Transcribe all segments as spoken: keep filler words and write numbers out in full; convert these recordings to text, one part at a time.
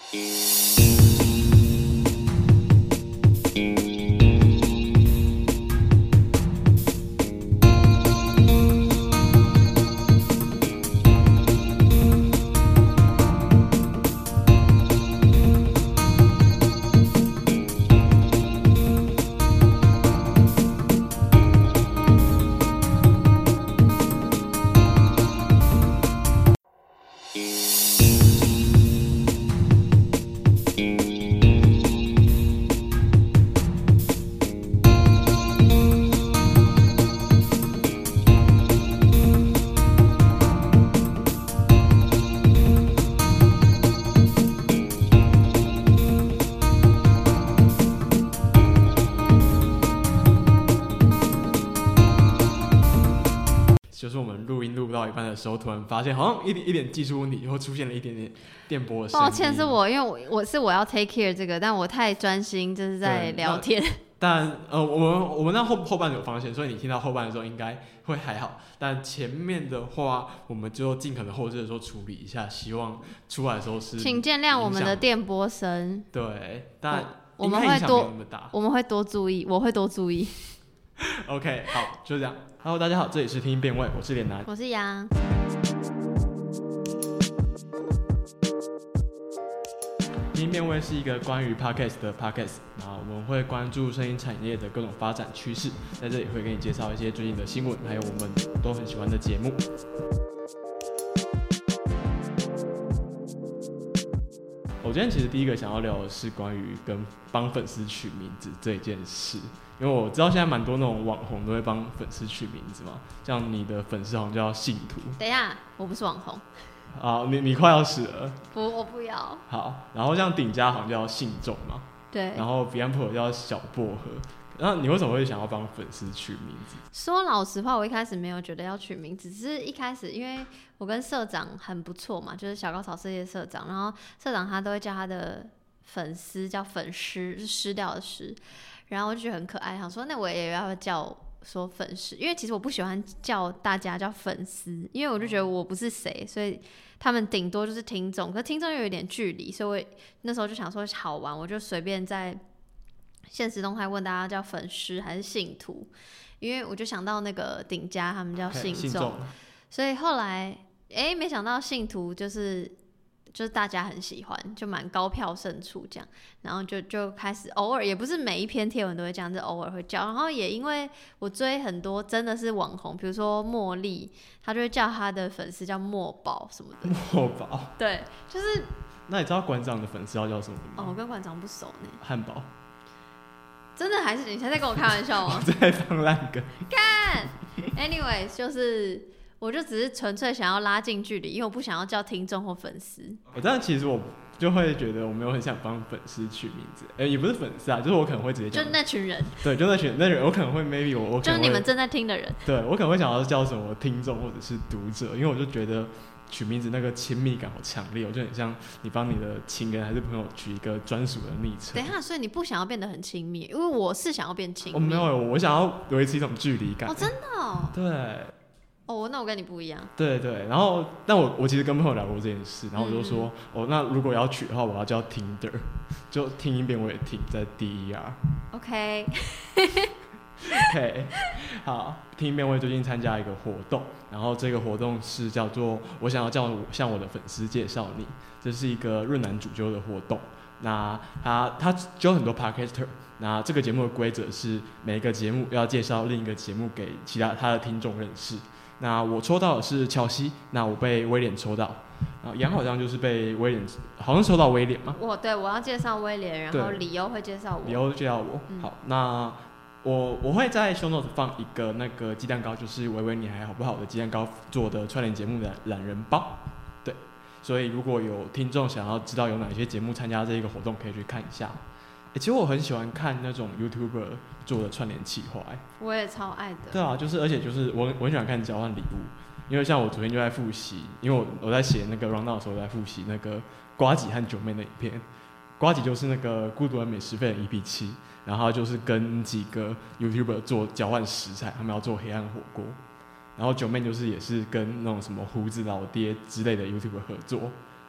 就是我们录音录到一半的时候，突然发现好像一点一点技术问题，又出现了一点点电波的声音。 抱歉，是我，因为我我是我要 take care 这个，但我太专心，就是在聊天。 但呃，我们我们那后后半有发现，所以你听到后半的时候应该会还好。但前面的话，我们就尽可能后置的时候处理一下，希望出来的时候是。 请见谅我们的电波声。 对，但我们会多， 大我们会多注意，我会多注意。 OK， 好，就这样。Hello， 大家好，这里是听音辨位，我是连南， 我是杨。 听音辨位是一个关于 Podcast 的 Podcast， 那我们会关注声音产业的各种发展趋势，在这里会给你介绍一些最近的新闻，还有我们都很喜欢的节目。我今天其实第一个想要聊的是关于跟帮粉丝取名字这一件事，因为我知道现在蛮多那种网红都会帮粉丝取名字嘛，像你的粉丝好像叫信徒。 等一下，我不是网红。 好，你你快要死了。 不，我不要。 好，然后像顶家好像叫信众嘛， 对。 然后彼岸薄荷叫小薄荷。那你为什么会想要帮粉丝取名字？ 说老实话，我一开始没有觉得要取名字，只是一开始因为我跟社长很不错嘛，就是小高潮世界社长，然后社长他都会叫他的粉丝叫粉丝，是失掉的失，然后我就觉得很可爱，想说那我也要叫说粉丝，因为其实我不喜欢叫大家叫粉丝，因为我就觉得我不是谁，所以他们顶多就是听众，可是听众又有点距离，所以我那时候就想说好玩，我就随便在现实动态问大家叫粉丝还是信徒，因为我就想到那个顶家他们叫信众，所以后来哎、欸，没想到信徒就是就是大家很喜欢，就蛮高票胜出这样，然后就就开始偶尔，也不是每一篇贴文都会这样，就偶尔会叫，然后也因为我追很多真的是网红，比如说茉莉，他就会叫他的粉丝叫墨宝什么的。 墨宝。对， 就是。 那你知道馆长的粉丝要叫什么吗？ 哦，我跟馆长不熟呢。 汉堡。 真的还是你现在在跟我开玩笑吗？ 我在放烂梗。 干 ，anyway， 就是我就只是纯粹想要拉近距离，因为我不想要叫听众或粉丝。 我但其实我就会觉得我没有很想帮粉丝取名字，哎、欸，也不是粉丝啊，就是我可能会直接讲， 就那群人。对， 就那群那群人，我可能会 maybe 我我就是你们正在听的人。 对，我可能会想要叫什么听众或者是读者，因为我就觉得。取名字那个亲密感好强烈，我就很像你帮你的情人还是朋友取一个专属的昵称。 等一下，所以你不想要变得很亲密，因为我是想要变亲密。 我、哦、没有，我想要维持一种距离感。 哦，真的哦。 对。 哦，那我跟你不一样。 对对，然后但我我其实跟朋友聊过这件事，然后我就说，嗯、哦，那如果要取的话，我要叫 Tinder， 就听一遍我也听，在 D E R。 OK。 OK， 好，听音辨位最近参加一个活动，然后这个活动是叫做我想要叫我向我的粉丝介绍你，这是一个润男主揪的活动。那他他揪很多 podcaster， 那这个节目的规则是每一个节目要介绍另一个节目给其他他的听众认识。那我抽到的是乔西，那我被威廉抽到，然后杨好像就是被威廉，好像抽到威廉嘛。 我对我要介绍威廉，然后理由会介绍我， 理由介绍我。嗯、好，那。我我会在 show notes 放一个那个鸡蛋糕，就是维维你还好不好的鸡蛋糕做的串联节目的懒人包，对，所以如果有听众想要知道有哪些节目参加这个活动，可以去看一下。欸、其实我很喜欢看那种 YouTuber 做的串联企划，欸， 我也超爱的。 对啊，就是而且就是我我很喜欢看交换礼物，因为像我昨天就在复习，因为我我在写那个 rundown 的时候我在复习那个呱吉和九妹的影片。呱吉就是那个孤独的美食废人 E P 七，然后就是跟几个 YouTuber 做交换食材，他们要做黑暗火锅。然后九妹就是也是跟那种什么胡子老爹之类的 YouTuber 合作。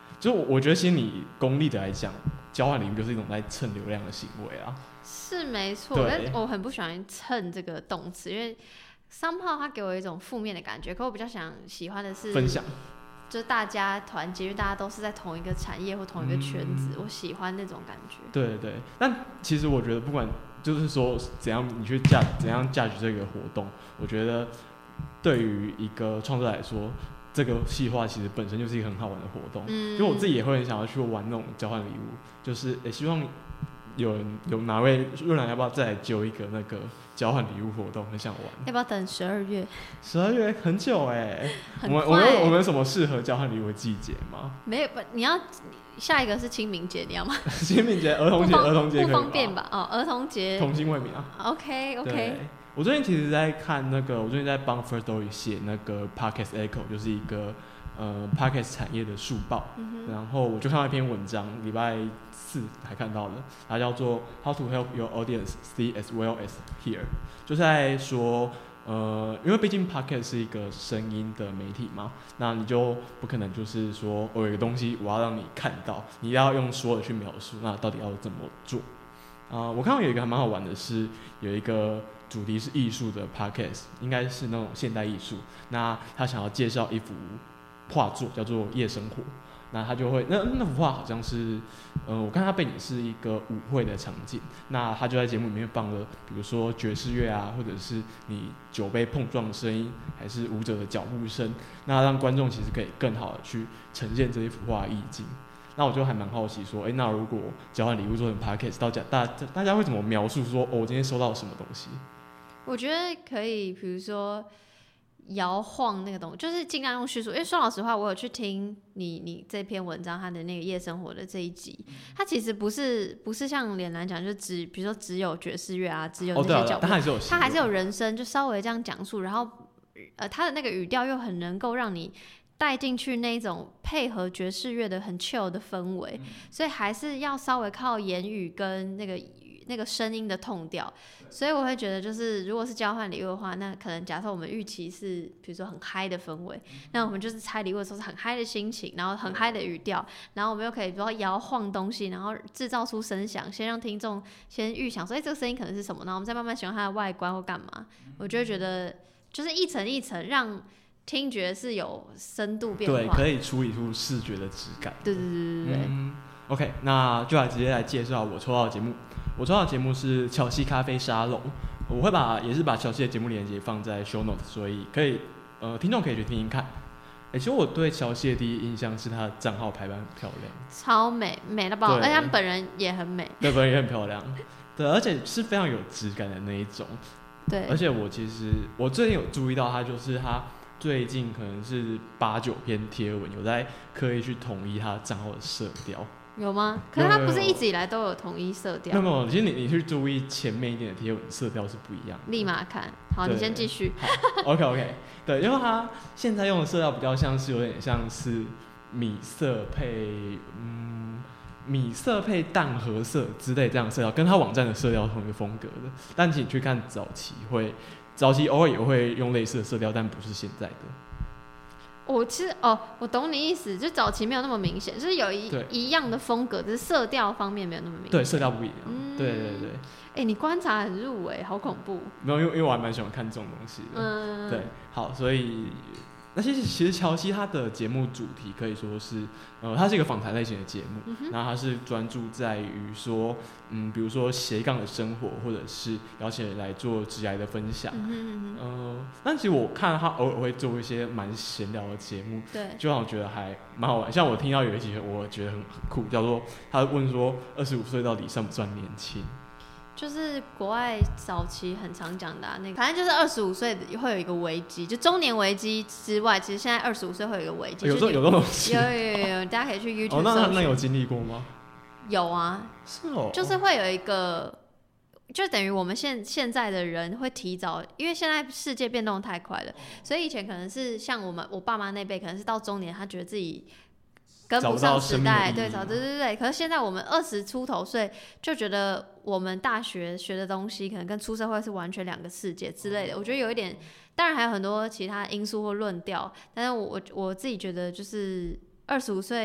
就我我觉得，其实你功利的来讲，交换礼物就是一种在蹭流量的行为啊。 是没错，但我很不喜欢蹭这个动词，因为somehow它给我一种负面的感觉。可我比较想喜欢的是分享， 就是大家团结，因为大家都是在同一个产业或同一个圈子，嗯、我喜欢那种感觉。 对对，但其实我觉得，不管就是说怎样你去价怎样价值这个活动，我觉得对于一个创作者来说。这个企划其实本身就是一个很好玩的活动，嗯，就我自己也会很想要去玩那种交换礼物，就是也希望有人有哪位润兰要不要再来揪一个那个交换礼物活动，很想玩。 要不要等十二月？ 十二月很久哎、欸， 很我们我们我们有什么适合交换礼物的季节吗？ 没有，你要下一个是清明节，你要吗？ 清明节、儿童节、儿童节不方便吧？哦，儿童节童心未泯啊。 OK OK。 我最近其实在看那个，我最近在帮 Firstory 写那个 Podcast Echo， 就是一个呃 Podcast 产业的速报、嗯，然后我就看到一篇文章，礼拜四才看到的，它叫做 How to Help Your Audience See as Well as Hear， 就是在说，呃，因为毕竟 Podcast 是一个声音的媒体嘛，那你就不可能就是说，我有一个东西我要让你看到，你要用说的去描述，那到底要怎么做？啊、呃，我看到有一个还蛮好玩的是，有一个。主题是艺术的 podcast， 应该是那种现代艺术。那他想要介绍一幅画作，叫做《夜生活》。那他就会，那那幅画好像是，呃，我看他背景是一个舞会的场景。那他就在节目里面放了，比如说爵士乐啊，或者是你酒杯碰撞的声音，还是舞者的脚步声，那让观众其实可以更好的去呈现这一幅画的意境。那我就还蛮好奇说，哎、欸，那如果交换礼物做成 podcast， 大家大大家会怎么描述说，哦，我今天收到什么东西？ 我觉得可以，比如说摇晃那个东西，就是尽量用叙述。因为说老实话，我有去听你你这篇文章它的那个夜生活的这一集，它其实不是不是像脸兰讲，就只比如说只有爵士乐啊，只有那些脚步， 它还是有它还是有人声，就稍微这样讲述，然后呃，它的那个语调又很能够让你带进去那种配合爵士乐的很 chill 的氛围、嗯，所以还是要稍微靠言语跟那个那个声音的痛调。所以我会觉得，就是如果是交换礼物的话，那可能假设我们预期是，比如说很嗨的氛围、嗯，那我们就是拆礼物的时候是很嗨的心情，然后很嗨的语调，然后我们又可以比如说摇晃东西，然后制造出声响，先让听众先预想说，哎、欸，这个声音可能是什么，然后我们再慢慢喜欢它的外观或干嘛。我就会觉得，就是一层一层让听觉是有深度变化， 对，可以处理出视觉的质感。 对对对对对。 嗯 OK， 那就来直接来介绍我抽到的节目。我抽到的节目是乔西咖啡沙龙，我会把也是把乔西的节目连结放在 show note， 所以可以呃听众可以去听听看。哎、欸，其实我对乔西的第一印象是他的账号排版很漂亮， 超美，美到爆，而且他本人也很美， 对，本人也很漂亮，对，而且是非常有质感的那一种。 对， 而且我其实我最近有注意到他，就是他最近可能是八九篇贴文有在刻意去统一他账号的色调。 有吗？可是他不是一直以来都有统一色调？ 没有没有，其实你你去注意前面一点的贴文色调是不一样的。 立马看好，你先继续。 OK OK， 对，因为他现在用的色调比较像是有点像是米色配嗯米色配淡褐色之类这样的色调，跟他网站的色调同一个风格的。但其实你去看早期会，早期偶尔也会用类似的色调，但不是现在的。 我其实哦，我懂你意思，就早期没有那么明显，就是有一一样的风格，只是色调方面没有那么明显。 对，色调不一样。嗯、对对对。 哎、欸，你观察很入微，好恐怖。 没有，因为因为我还蛮喜欢看这种东西的。嗯。对，好，所以那其实其实乔西他的节目主题可以说是，呃，它是一个访谈类型的节目，嗯、然后它是专注在于说，嗯，比如说斜杠的生活，或者是邀请人来做职涯的分享。嗯嗯呃，但其实我看他偶尔会做一些蛮闲聊的节目， 对， 就让我觉得还蛮好玩。像我听到有一集，我觉得很酷，叫做他问说，二十五岁到底算不算年轻？ 就是国外早期很常讲的、啊、那个，反正就是二十五岁会有一个危机，就中年危机之外，其实现在二十五岁会有一个危机。 有这有这种东西？ 有有有有，大家可以去 YouTube 哦，那那有经历过吗？ 有啊， 是哦， 就是会有一个，就等于我们现现在的人会提早，因为现在世界变动太快了，所以以前可能是像我们我爸妈那辈，可能是到中年，他觉得自己跟不上时代，对，找对对对。可是现在我们二十出头岁，就觉得我们大学学的东西，可能跟出社会是完全两个世界之类的。我觉得有一点，当然还有很多其他因素或论调，但是我我自己觉得，就是二十五岁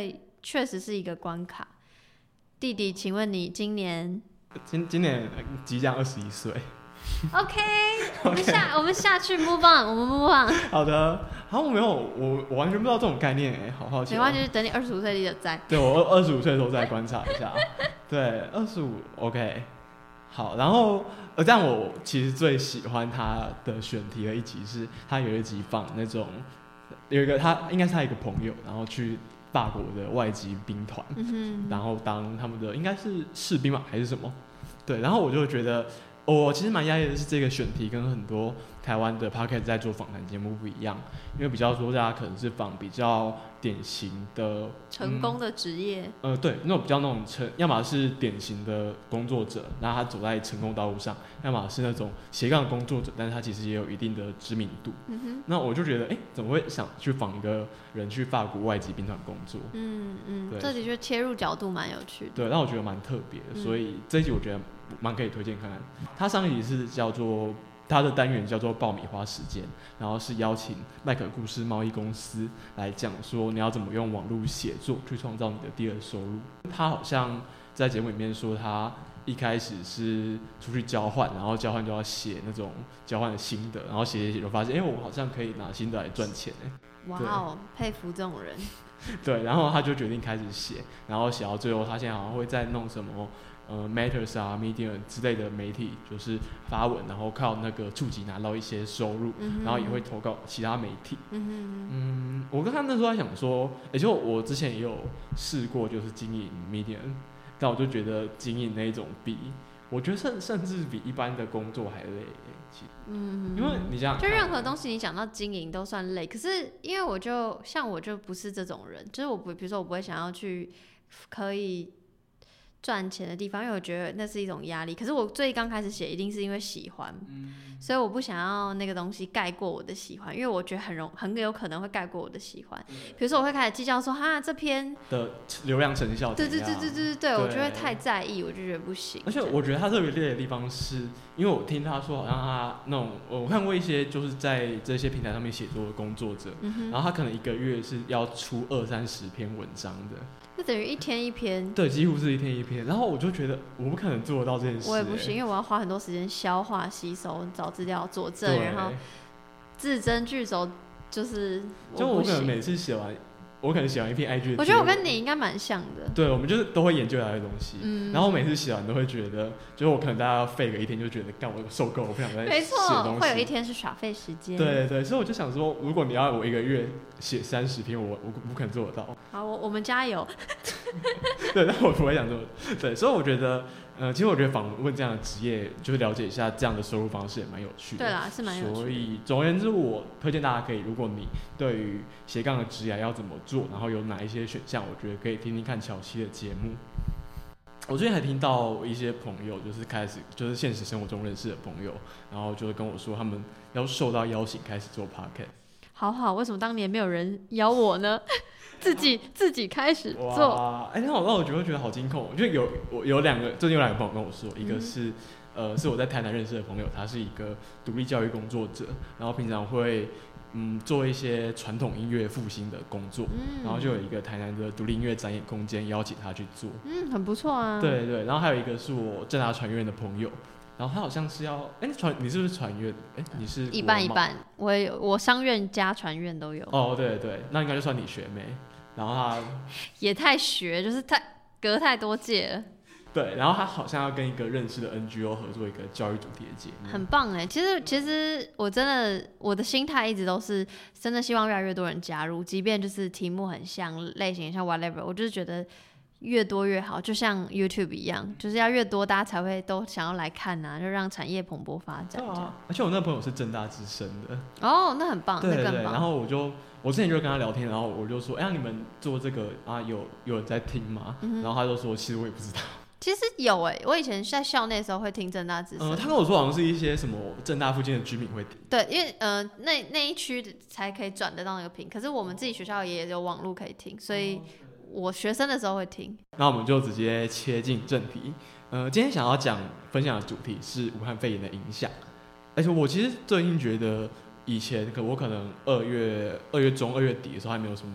确实是一个关卡。弟弟，请问你今年？ 今今年即将二十一岁。 OK， 我们下我们下去 move on， 我们 move on。 好的，好，我没有，我我完全不知道这种概念哎，好好奇。 没关系，等你二十五岁你就在。 对，我二十五岁的时候再观察一下。对，二十五 OK。好，然后呃，但我其实最喜欢他的选题的一集是，他有一集放那种有一个他应该是他一个朋友，然后去法国的外籍兵团， 嗯、 然后当他们的应该是士兵嘛还是什么？对，然后我就觉得。我其实蛮讶异的是，这个选题跟很多台湾的 podcast 在做访谈节目不一样，因为比较多大家可能是访比较典型的成功的职业、 嗯，呃，对，那种比较那种成，要么是典型的工作者，然后他走在成功道路上；要么是那种斜杠工作者，但是他其实也有一定的知名度。嗯哼，那我就觉得，哎，怎么会想去访一个人去法国外籍兵团工作？ 嗯嗯，这的确切入角度蛮有趣的。 对，让我觉得蛮特别的，嗯、所以这一集我觉得蛮可以推荐看看。他上一集是叫做他的单元叫做爆米花时间，然后是邀请麦可故事贸易公司来讲说你要怎么用网络写作去创造你的第二收入。他好像在节目里面说他一开始是出去交换，然后交换就要写那种交换的心得，然后写写写就发现，哎、欸，我好像可以拿心得来赚钱哎。 哇哦，佩服这种人。 对，然后他就决定开始写，然后写到最后，他现在好像会在弄什么。呃 ，Matters 啊 ，Medium 之类的媒体就是发文，然后靠那个触及拿到一些收入，嗯、然后也会投稿其他媒体。嗯, 嗯我跟他那时候在想说，也、欸、就我之前也有试过，就是经营 Medium， 但我就觉得经营那一种比，我觉得甚甚至比一般的工作还累。嗯，因为你这样， 就任何东西你讲到经营都算累，可是因为我就像我就不是这种人，就是我不，比如说我不会想要去可以。赚钱的地方，因为我觉得那是一种压力。可是我最刚开始写，一定是因为喜欢，嗯、所以我不想要那个东西盖过我的喜欢，因为我觉得很容很有可能会盖过我的喜欢。嗯、比如说，我会开始计较说，哈，这篇的流量成效怎样， 对对对对对对，我就会太在意，我就觉得不行。 而且我觉得他特别累的地方是，因为我听他说，好像他那种我看过一些就是在这些平台上面写作的工作者，嗯、然后他可能一个月是要出二三十篇文章的。 就等于一天一篇， 对，几乎是一天一篇。然后我就觉得我不可能做得到这件事、欸， 我也不行，因为我要花很多时间消化、吸收、找资料、佐证，然后字斟句酌，就是我就我可能每次写完，我可能写完一篇 I G 的， 我觉得我跟你应该蛮像的。 对，我们就是都会研究来的东西。嗯，然后我每次写完都会觉得，就是我可能大家要废个一天，就觉得干我受够，我不想再写东西。 没错，会有一天是耍废时间。 对对对，所以我就想说，如果你要我一个月写三十篇，我我不可能做得到。 好，我我们加油。 对，但我不会想做。对，所以我觉得，呃，其实我觉得访问这样的职业，就是了解一下这样的收入方式也蛮有趣的。 对啦，是蛮有趣的。 所以总而言之，我推荐大家可以，如果你对于斜杠的职业要怎么做，然后有哪一些选项，我觉得可以听听看乔西的节目。我最近还听到一些朋友，就是开始就是现实生活中认识的朋友，然后就是跟我说，他们要受到邀请开始做 podcast。 好好，为什么当年没有人邀我呢？自己自己开始做。 哇，哎、欸，那我让我觉得觉得好惊恐。我觉得有我有两个，最近有两个朋友跟我说，一个是、嗯、呃是我在台南认识的朋友，他是一个独立教育工作者，然后平常会嗯做一些传统音乐复兴的工作，嗯、然后就有一个台南的独立音乐展演空间邀请他去做， 嗯，很不错啊。 对对，然后还有一个是我政大传院的朋友。然后他好像是要，哎，传你是不是传院？哎，你是一半一半，我有我商院加传院都有。 哦，对对，那应该就算你学妹。然后他也太学，就是太隔太多届了。 对，然后他好像要跟一个认识的 N G O 合作一个教育主题的节目， 很棒哎。其实其实我真的我的心态一直都是真的希望越来越多人加入，即便就是题目很像，类型像 whatever， 我就是觉得。越多越好，就像 YouTube 一样，就是要越多，大家才会都想要来看啊，就让产业蓬勃发展。对啊， 而且我那个朋友是政大之声的。 哦，那很棒， 对对对。 那更棒。 然后我就我之前就跟他聊天，然后我就说，哎、欸，你们做这个啊，有有人在听吗？嗯、然后他就说，其实我也不知道。 其实有哎、欸，我以前在校内的时候会听政大之声。 呃，他跟我说好像是一些什么政大附近的居民会听。 对，因为呃那那一区才可以转得到那个频，可是我们自己学校也有网络可以听，所以。我学生的时候会听， 那我们就直接切进正题。呃，今天想要讲分享的主题是武汉肺炎的影响。而且我其实最近觉得，以前可我可能二月二月中、二月底的时候还没有什么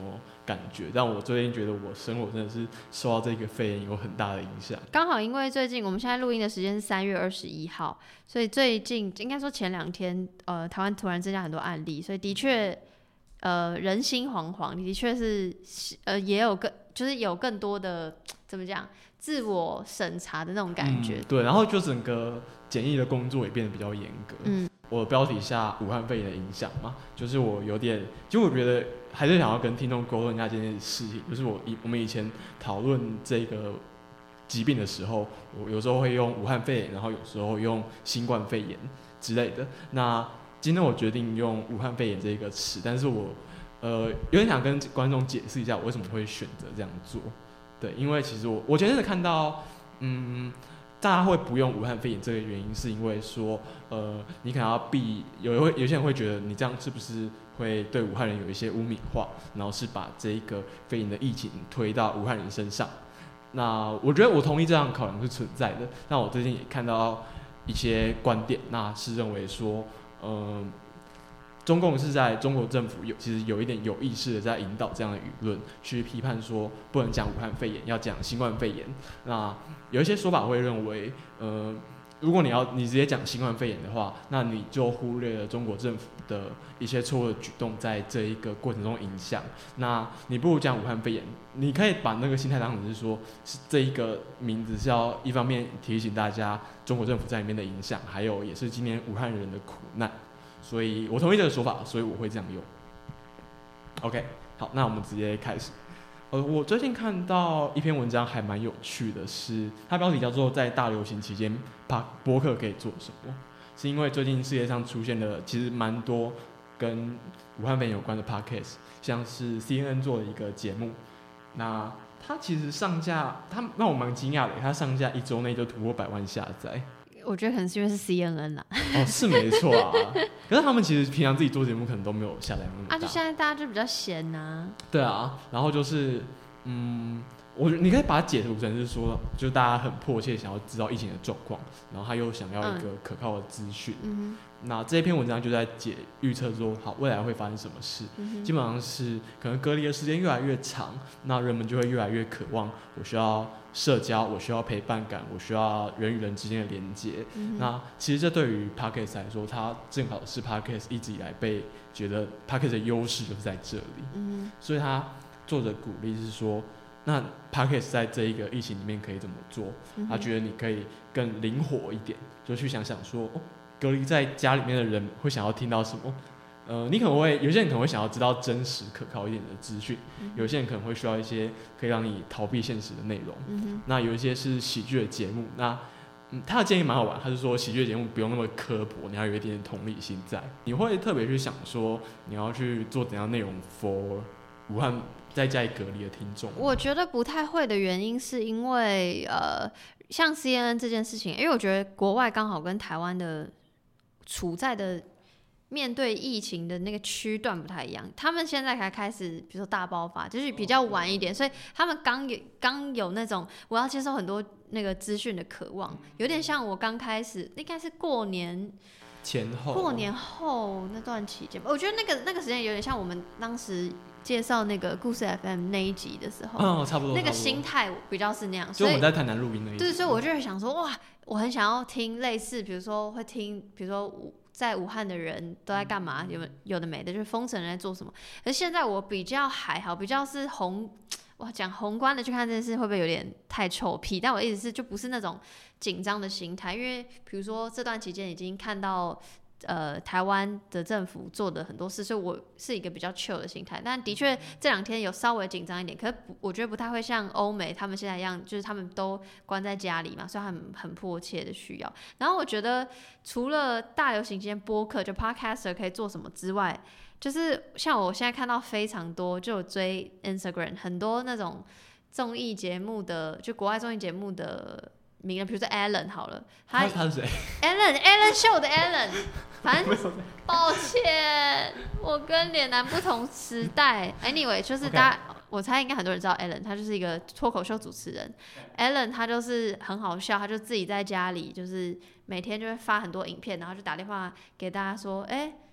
感觉，但我最近觉得我生活真的是受到这个肺炎有很大的影响。 刚好因为最近我们现在录音的时间是三月二十一号，所以最近应该说前两天，呃，台湾突然增加很多案例，所以的确，呃，人心惶惶，的确是，呃，也有更就是有更多的怎么讲自我审查的那种感觉、 嗯。对，然后就整个检疫的工作也变得比较严格。嗯。我的标题下武汉肺炎的影响嘛，就是我有点，其实我觉得还是想要跟听众沟通一下这件事情，就是我以我们以前讨论这个疾病的时候，我有时候会用武汉肺炎，然后有时候用新冠肺炎之类的。那今天我决定用武汉肺炎这个词，但是我呃有点想跟观众解释一下我为什么会选择这样做。对，因为其实我我前阵子看到，嗯。大家会不用武汉肺炎这个原因，是因为说，呃，你可能要避，有有些人会觉得你这样是不是会对武汉人有一些污名化，然后是把这一个肺炎的疫情推到武汉人身上。那我觉得我同意这样考量是存在的。那我最近也看到一些观点，那是认为说，呃，中共是在中国政府有其实有一点有意识的在引导这样的舆论，去批判说不能讲武汉肺炎，要讲新冠肺炎。那有一些说法会认为，呃，如果你要你直接讲新冠肺炎的话，那你就忽略了中国政府的一些错误的举动在这一个过程中影响。那你不如讲武汉肺炎，你可以把那个心态当成是说，是这一个名字是要一方面提醒大家中国政府在里面的影响，还有也是今年武汉人的苦难。所以我同意这个说法，所以我会这样用。OK， 好，那我们直接开始。呃，我最近看到一篇文章还蛮有趣的是，它标题叫做在大流行期间播客可以做什么，是因为最近世界上出现了其实蛮多跟武汉肺炎有关的 podcast， 像是 C N N 做的一个节目，那它其实上架，它让我蛮惊讶的，它上架一周内就突破百万下载。 我觉得可能是因为是 C N N 啦。 哦，是没错啊。可是他们其实平常自己做节目可能都没有下载那么大。 啊，就现在大家就比较闲呐、啊。 对啊，然后就是，嗯，我你可以把它解读成是说，就是大家很迫切想要知道疫情的状况，然后他又想要一个可靠的资讯。嗯，那这篇文章就在解预测说，好，未来会发生什么事。嗯、基本上是可能隔离的时间越来越长，那人们就会越来越渴望，我需要社交，我需要陪伴感，我需要人与人之间的连接。嗯、那其实这对于 Podcast 来说，它正好是 Podcast 一直以来被觉得 Podcast 的优势就是在这里。嗯、所以他作者鼓励是说，那 Podcast 在这一个疫情里面可以怎么做？嗯、他觉得你可以更灵活一点，就去想想说，哦，隔离在家里面的人会想要听到什么？呃，你可能会有些人可能会想要知道真实可靠一点的资讯，嗯、有些人可能会需要一些可以让你逃避现实的内容。嗯、那有一些是喜剧的节目，那嗯，他的建议蛮好玩，他是说喜剧的节目不用那么刻薄，你要有一点点同理心在。你会特别去想说你要去做怎样内容 for 武汉在家里隔离的听众？ 我觉得不太会的原因是因为呃，像 C N N 这件事情，因为我觉得国外刚好跟台湾的处在的面对疫情的那个区段不太一样，他们现在才开始，比如说大爆发，就是比较晚一点，所以他们刚有刚有那种我要接受很多那个资讯的渴望，有点像我刚开始，应该是过年前后， 过年后那段期间，我觉得那个那个时间有点像我们当时介绍那个故事 F M 那一集的时候， 嗯，差不多， 那个心态比较是那样， 就我们在台南录音那一集， 对，所以我就会想说，哇，我很想要听类似，比如说会听，比如说在武汉的人都在干嘛，有有的没的，就是封城人在做什么。可是现在我比较还好，比较是宏，哇，讲宏观的去看这件事会不会有点太臭屁？但我的意思是，就不是那种紧张的心态，因为比如说这段期间已经看到。呃，台湾的政府做的很多事，所以我是一个比较 chill 的心态。但的确这两天有稍微紧张一点，可是我觉得不太会像欧美他们现在一样，就是他们都关在家里嘛，所以他们很迫切的需要。然后我觉得除了大流行期间播客，就 podcaster 可以做什么之外，就是像我现在看到非常多，就有追 Instagram 很多那种综艺节目的，就国外综艺节目的。名人，比如说 Alan 好了， 他他是谁 ？Alan Alan Show 的 Alan， 反正抱歉，我跟脸男不同时代。Anyway， 就是大家， okay. 我猜应该很多人知道 Alan， 他就是一个脱口秀主持人。Alan 他就是很好笑，他就自己在家里，就是每天就会发很多影片，然后就打电话给大家说，哎、欸，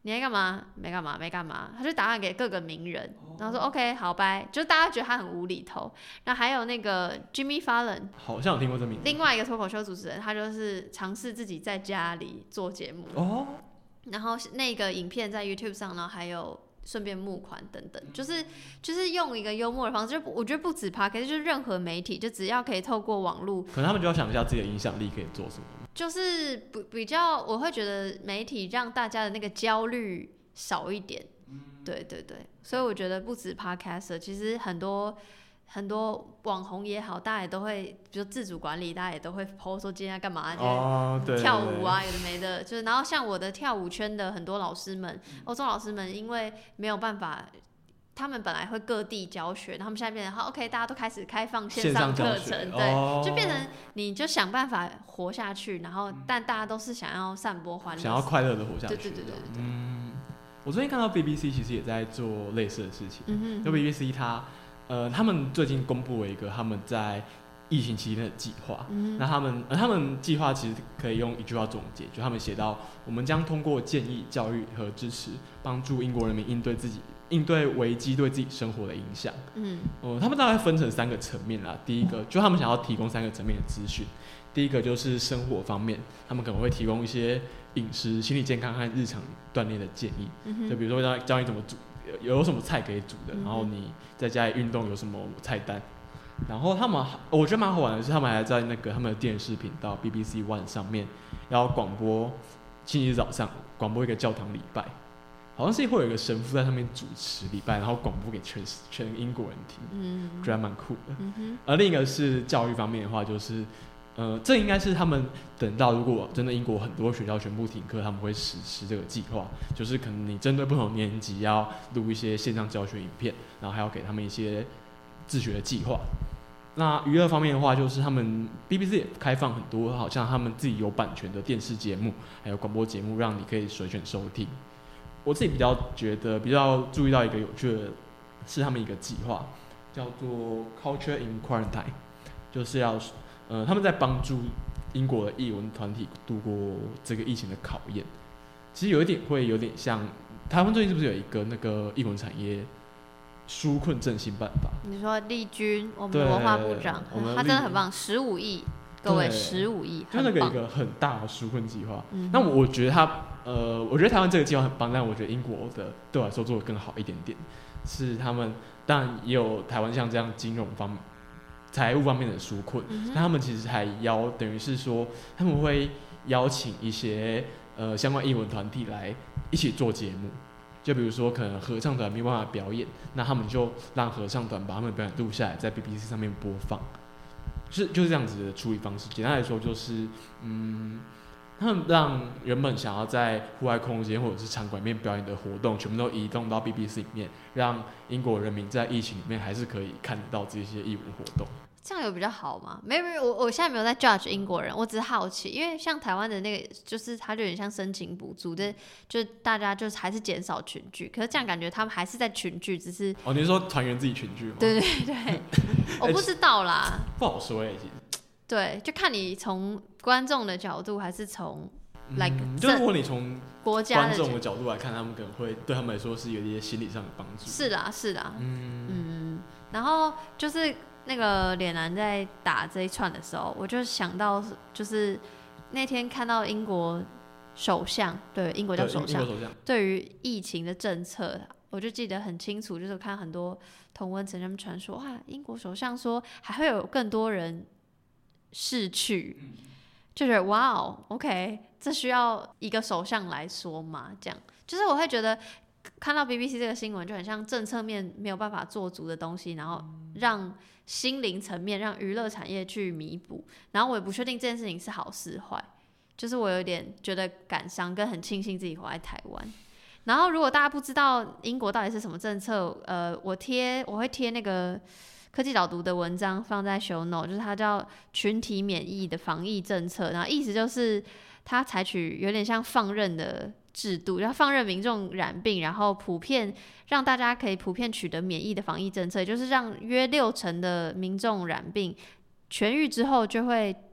你在干嘛？没干嘛，没干嘛。他就打电话给各个名人，然后说 OK 好拜，就大家觉得他很无厘头。然后还有那个 Jimmy Fallon， 好像有听过这名字。 另外一个脱口秀主持人，他就是尝试自己在家里做节目。 哦。 然后那个影片在 YouTube 上，然后还有顺便募款等等，就是就是用一个幽默的方式，就我觉得不止 Podcast， 就是任何媒体，就只要可以透过网络， 可能他们就要想一下自己的影响力可以做什么。 就是比较，我会觉得媒体让大家的那个焦虑少一点，对对对，所以我觉得不止 Podcast， 其实很多。很多网红也好，大家也都会，比如自主管理，大家也都会 po 说今天要干嘛， 哦，对， 跳舞啊，有的没的，就是然后像我的跳舞圈的很多老师们，欧洲老师们，因为没有办法，他们本来会各地教学，他们现在变成好 OK， 大家都开始开放线上课程，对、哦，就变成你就想办法活下去，然后但大家都是想要散播欢乐， 想要快乐的活下去， 对对对对对。 嗯，我最近看到 B B C 其实也在做类似的事情，嗯哼，就 B B C 它。呃，他们最近公布了一个他们在疫情期间的计划。嗯、那他们，呃，他们计划其实可以用一句话总结，就他们写到：我们将通过建议、教育和支持，帮助英国人民应对自己应对危机对自己生活的影响。嗯，呃，他们大概分成三个层面啦。第一个，就他们想要提供三个层面的资讯。第一个就是生活方面，他们可能会提供一些饮食、心理健康和日常锻炼的建议。嗯、就比如说教教你怎么煮。有什么菜可以煮的，然后你在家里运动有什么菜单，然后他们我觉得蛮好玩的是，他们还在那个他们的电视频道 B B C One 上面要广播，星期日早上广播一个教堂礼拜，好像是会有一个神父在上面主持礼拜，然后广播给全全英国人听，嗯，觉得蛮酷的。嗯、而另一个是教育方面的话，就是呃，这应该是他们等到如果真的英国很多学校全部停课，他们会实施这个计划，就是可能你针对不同年级要录一些线上教学影片，然后还要给他们一些自学的计划。那娱乐方面的话，就是他们 B B C 也开放很多，好像他们自己有版权的电视节目，还有广播节目，让你可以随选收听。我自己比较觉得比较注意到一个有趣的是他们一个计划，叫做 Culture in Quarantine， 就是要。呃，他们在帮助英国的艺文团体度过这个疫情的考验。其实有一点会有点像台湾最近是不是有一个那个艺文产业纾困振兴办法？你说丽君，我们的文化部长，嗯、他真的很棒，十五亿，各位十五亿，就那个一个很大的纾困计划。嗯、那我觉得他，呃，我觉得台湾这个计划很棒，但我觉得英国的对我来说做得更好一点点。是他们当然也有台湾像这样金融方面。财务方面的纾困，嗯、但他们其实还邀，等于是说他们会邀请一些呃相关艺文团体来一起做节目，就比如说可能合唱团没办法表演，那他们就让合唱团把他们的表演录下来，在 B B C 上面播放，就是就是这样子的处理方式。简单来说就是，嗯，他们让原本想要在户外空间或者是场馆里面表演的活动，全部都移动到 B B C 里面，让英国人民在疫情里面还是可以看得到这些艺文活动。这样有比较好吗？没有没有，我我现在没有在 judge 英国人，我只是好奇，因为像台湾的那个，就是它就有点像申请补助的，就大家就是还是减少群聚，可是这样感觉他们还是在群聚，只是哦，你是说团员自己群聚吗？对对对，我不知道啦，不好说哎、欸，其实对，就看你从观众的角度，还是从 like，、嗯、就如果你从国家观众的角度来看，他们可能会对他们来说是有一些心理上的帮助。是啦是啦，嗯嗯，然后就是。那个脸男在打这一串的时候，我就想到，就是那天看到英国首相，对，英国叫首相，对于疫情的政策，我就记得很清楚，就是看很多同温层他们传说，哇，英国首相说还会有更多人逝去，就觉得哇哦 ，OK， 这需要一个首相来说嘛？这样，就是我会觉得。看到 B B C 这个新闻就很像政策面没有办法做足的东西，然后让心灵层面让娱乐产业去弥补，然后我也不确定这件事情是好是坏，就是我有点觉得感伤跟很庆幸自己活在台湾。然后如果大家不知道英国到底是什么政策，呃，我贴我会贴那个科技导读的文章放在 show note， 就是它叫群体免疫的防疫政策，然后意思就是它采取有点像放任的制度，要放任民众染病，然后普遍让大家可以普遍取得免疫的防疫政策，也就是让约六成的民众染病痊愈之后就会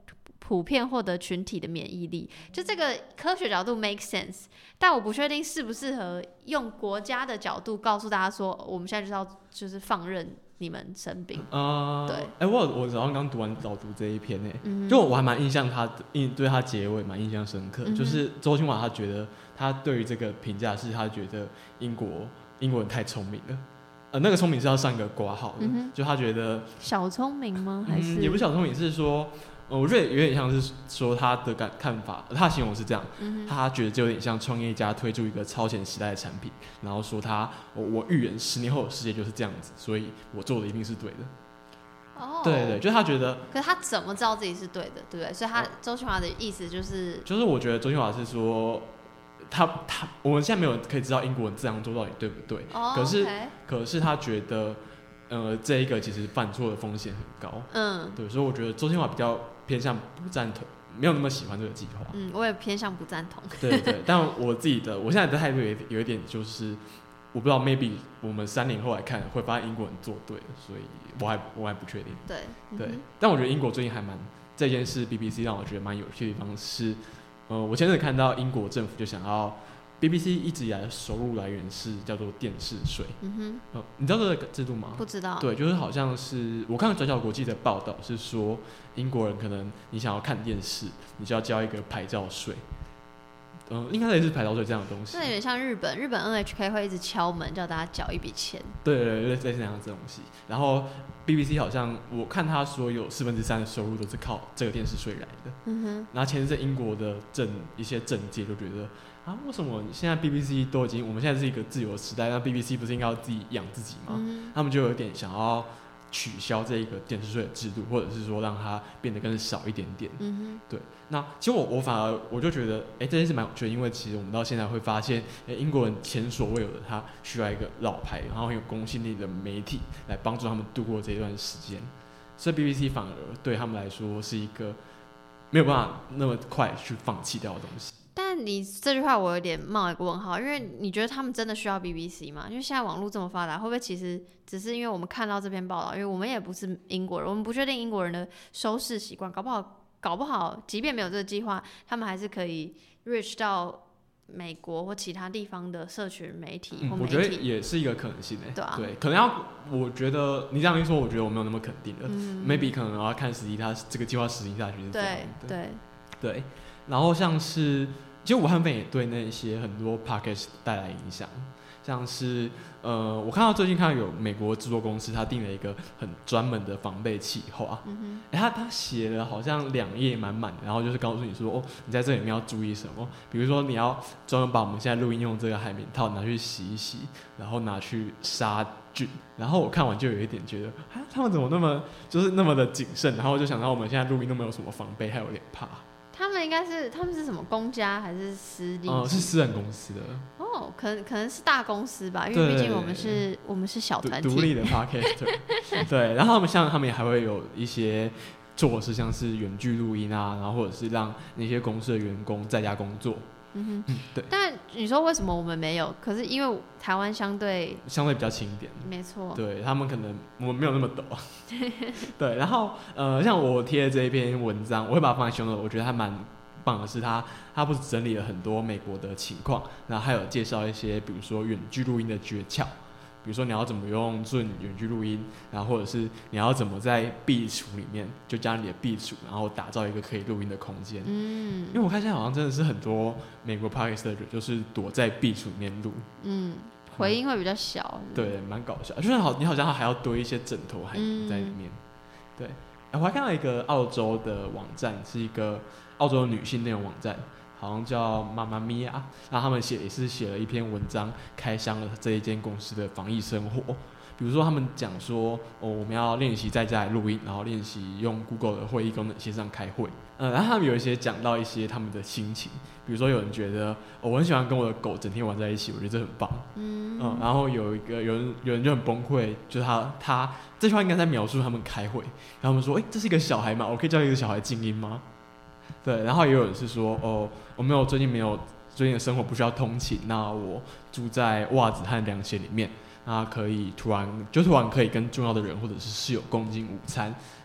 普遍获得群体的免疫力，就这个科学角度 make sense， 但我不确定适不适合用国家的角度告诉大家说，我们现在就是要就是放任你们生病。 呃， 对， 哎、欸，我我早上刚读完早读这一篇呢、欸嗯， 就我还蛮印象他印对他结尾蛮印象深刻、嗯，就是周清华他觉得他对于这个评价是他觉得英国英国人太聪明了。呃，那个聪明是要上一个括号的、嗯，就他觉得小聪明吗？还是、 嗯、也不是小聪明，是说，呃，我觉得有点像是说他的感看法，他形容是这样、嗯，他觉得就有点像创业家推出一个超前时代的产品，然后说他我我预言十年后的世界就是这样子，所以我做的一定是对的。哦，对对对，就是他觉得， 可是他怎么知道自己是对的，对不对？所以他、哦、周清华的意思就是， 就是我觉得周清华是说。他他，我们现在没有人可以知道英国人这样做到底对不对， oh, 可是、 okay. 可是他觉得，呃，这一个其实犯错的风险很高，嗯，对，所以我觉得周清华比较偏向不赞同，没有那么喜欢这个计划， 嗯，我也偏向不赞同， 对对，但我自己的我现在的态度有有一点就是，我不知道 maybe 我们三年后来看会发现英国人做对了，所以我还我还不确定， 对、嗯、 对，但我觉得英国最近还蛮这件事 ，B B C 让我觉得蛮有趣的地方是。呃，我前阵子看到英国政府就想要 B B C 一直以来的收入来源是叫做电视税。嗯哼，呃，你知道这个制度吗？ 不知道。对， 就是好像是我看转角国际的报道是说，英国人可能你想要看电视，你就要交一个牌照税。嗯、呃，应该也是牌照税这样的东西。 那有点像日本，日本 N H K 会一直敲门叫大家缴一笔钱。 对对对，类似那样这东西。然后 B B C 好像我看他说有四分之三的收入都是靠这个电视税来的。嗯哼。然后前阵英国的政一些政界就觉得啊，为什么现在 B B C 都已经我们现在是一个自由的时代，那 B B C 不是应该要自己养自己吗？嗯、他们就有点想要取消这一个电视税的制度，或者是说让它变得更少一点点。嗯哼。对。那其实我我反而我就觉得，哎、欸，这件事蛮有趣的，因为其实我们到现在会发现，哎、欸，英国人前所未有的，他需要一个老牌，然后很有公信力的媒体来帮助他们度过这一段时间，所以 B B C 反而对他们来说是一个没有办法那么快去放弃掉的东西。 但你这句话我有点冒一个问号，因为你觉得他们真的需要 B B C 吗？因为现在网络这么发达，会不会其实只是因为我们看到这篇报道，因为我们也不是英国人，我们不确定英国人的收视习惯，搞不好。搞不好，即便没有这个计划，他们还是可以 reach 到美国或其他地方的社群媒体或媒体。 嗯、我觉得也是一个可能性诶、欸。 对啊， 对，可能要，我觉得你这样一说，我觉得我没有那么肯定了。嗯、maybe 可能要看实际，它这个计划实行下去是这样的。 对对对。然后像是，其实武汉肺炎也对那些很多 podcast 带来影响。像是呃，我看到最近看到有美国制作公司，他定了一个很专门的防备企划，嗯欸、他他写了好像两页满满的，然后就是告诉你说，哦，你在这里面要注意什么，比如说你要专门把我们现在录音用这个海绵套拿去洗一洗，然后拿去杀菌，然后我看完就有一点觉得，啊，他们怎么那么就是那么的谨慎，然后我就想到我们现在录音都没有什么防备，还有点怕。 他们应该是他们是什么公家还是私立？ 呃，是私人公司的。 哦，可能可能是大公司吧，因为毕竟我们是我们是小团体， 独立的 podcaster 对，然后他们像他们也还会有一些做事，像是远距录音啊，然后或者是让那些公司的员工在家工作。嗯哼，对。 但你说为什么我们没有？可是因为台湾相对相对比较轻一点， 没错。 对他们可能我们没有那么陡。对，然后呃，像我贴的这一篇文章，我会把它放在 show note，我觉得还蛮棒的是他，他不是整理了很多美国的情况，然后还有介绍一些，比如说远距录音的诀窍。比如说你要怎么用 Zoom 远距录音，然后或者是你要怎么在壁橱里面就加你的壁橱，然后打造一个可以录音的空间。嗯，因为我看现在好像真的是很多美国 podcast 的人就是躲在壁橱里面录。嗯， 回音会比较小。 嗯、对，蛮搞笑，就是好，你好像还要堆一些枕头还在里面。嗯、对，我还看到一个澳洲的网站，是一个澳洲的女性内容网站。好像叫妈妈咪呀，然后他们写也是写了一篇文章，开箱了这一间公司的防疫生活。比如说他们讲说，哦，我们要练习在家里录音，然后练习用 Google 的会议功能线上开会。嗯，然后他们有一些讲到一些他们的心情，比如说有人觉得，哦，我很喜欢跟我的狗整天玩在一起，我觉得这很棒。嗯, 嗯然后有一个有人有人就很崩溃，就是他他这句话应该在描述他们开会，然后他们说，哎，这是一个小孩嘛，我可以叫一个小孩静音吗？对，然后也有人是说，哦，我没有最近没有最近的生活不需要通勤，那我住在袜子和凉鞋里面，那可以突然就突然可以跟重要的人或者是室友共进午餐，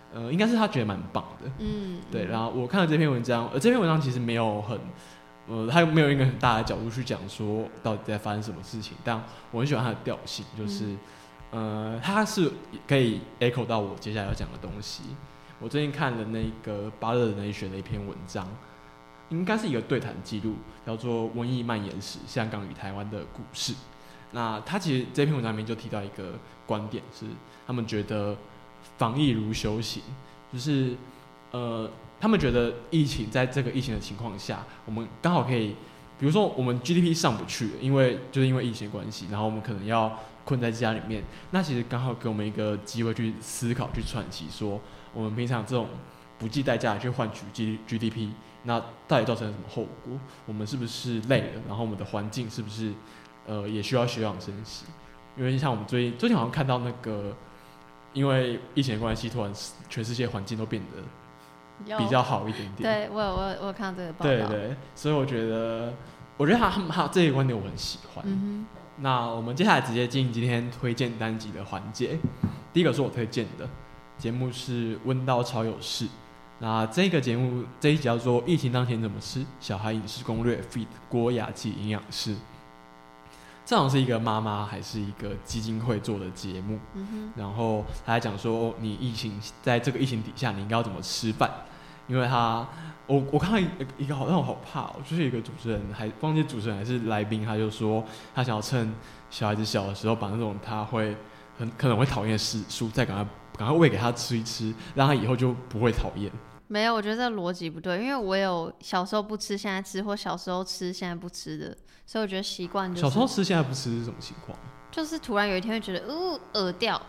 呃，应该是他觉得蛮棒的。 嗯， 对。然后我看了这篇文章，呃，这篇文章其实没有很，呃，他没有一个很大的角度去讲说到底在发生什么事情，但我很喜欢他的调性，就是，嗯、呃，他是可以 echo 到我接下来要讲的东西。我最近看了那个巴勒人类学的一篇文章，应该是一个对谈记录，叫做《瘟疫蔓延时香港与台湾的故事》。那他其实这篇文章里面就提到一个观点，是他们觉得防疫如修行，就是呃，他们觉得疫情在这个疫情的情况下，我们刚好可以，比如说我们 G D P 上不去，因为就是因为疫情的关系，然后我们可能要困在家里面，那其实刚好给我们一个机会去思考、去喘息，说我们平常这种不计代价去换取 G D P， 那到底造成了什么后果？我们是不是累了？然后我们的环境是不是呃也需要休养生息？因为像我们最近最近好像看到那个，因为疫情的关系，突然全世界环境都变得比较好一点点。 对，我有我有我有看到这个报道。 对对，所以我觉得，我觉得他他这个观点我很喜欢。 嗯、 那我们接下来直接进行今天推荐单集的环节。第一个是我推荐的节目是《温刀超有事》。那这个节目这一集叫做《疫情当前怎么吃：小孩饮食攻略》feat. 郭雅琪营养师。这好像是一个妈妈还是一个基金会做的节目，嗯、然后他还讲说，你疫情在这个疫情底下，你应该要怎么吃饭？因为他，我我看到一个好让我好怕哦，就是一个主持人还忘记主持人还是来宾，他就说他想要趁小孩子小的时候，把那种他会很可能会讨厌的蔬菜赶快赶快喂给他吃一吃，让他以后就不会讨厌。 没有，我觉得这逻辑不对，因为我有小时候不吃现在吃，或小时候吃现在不吃的，所以我觉得习惯就是小时候吃现在不吃是什么情况？ 就是突然有一天会觉得，呜、呃，恶掉。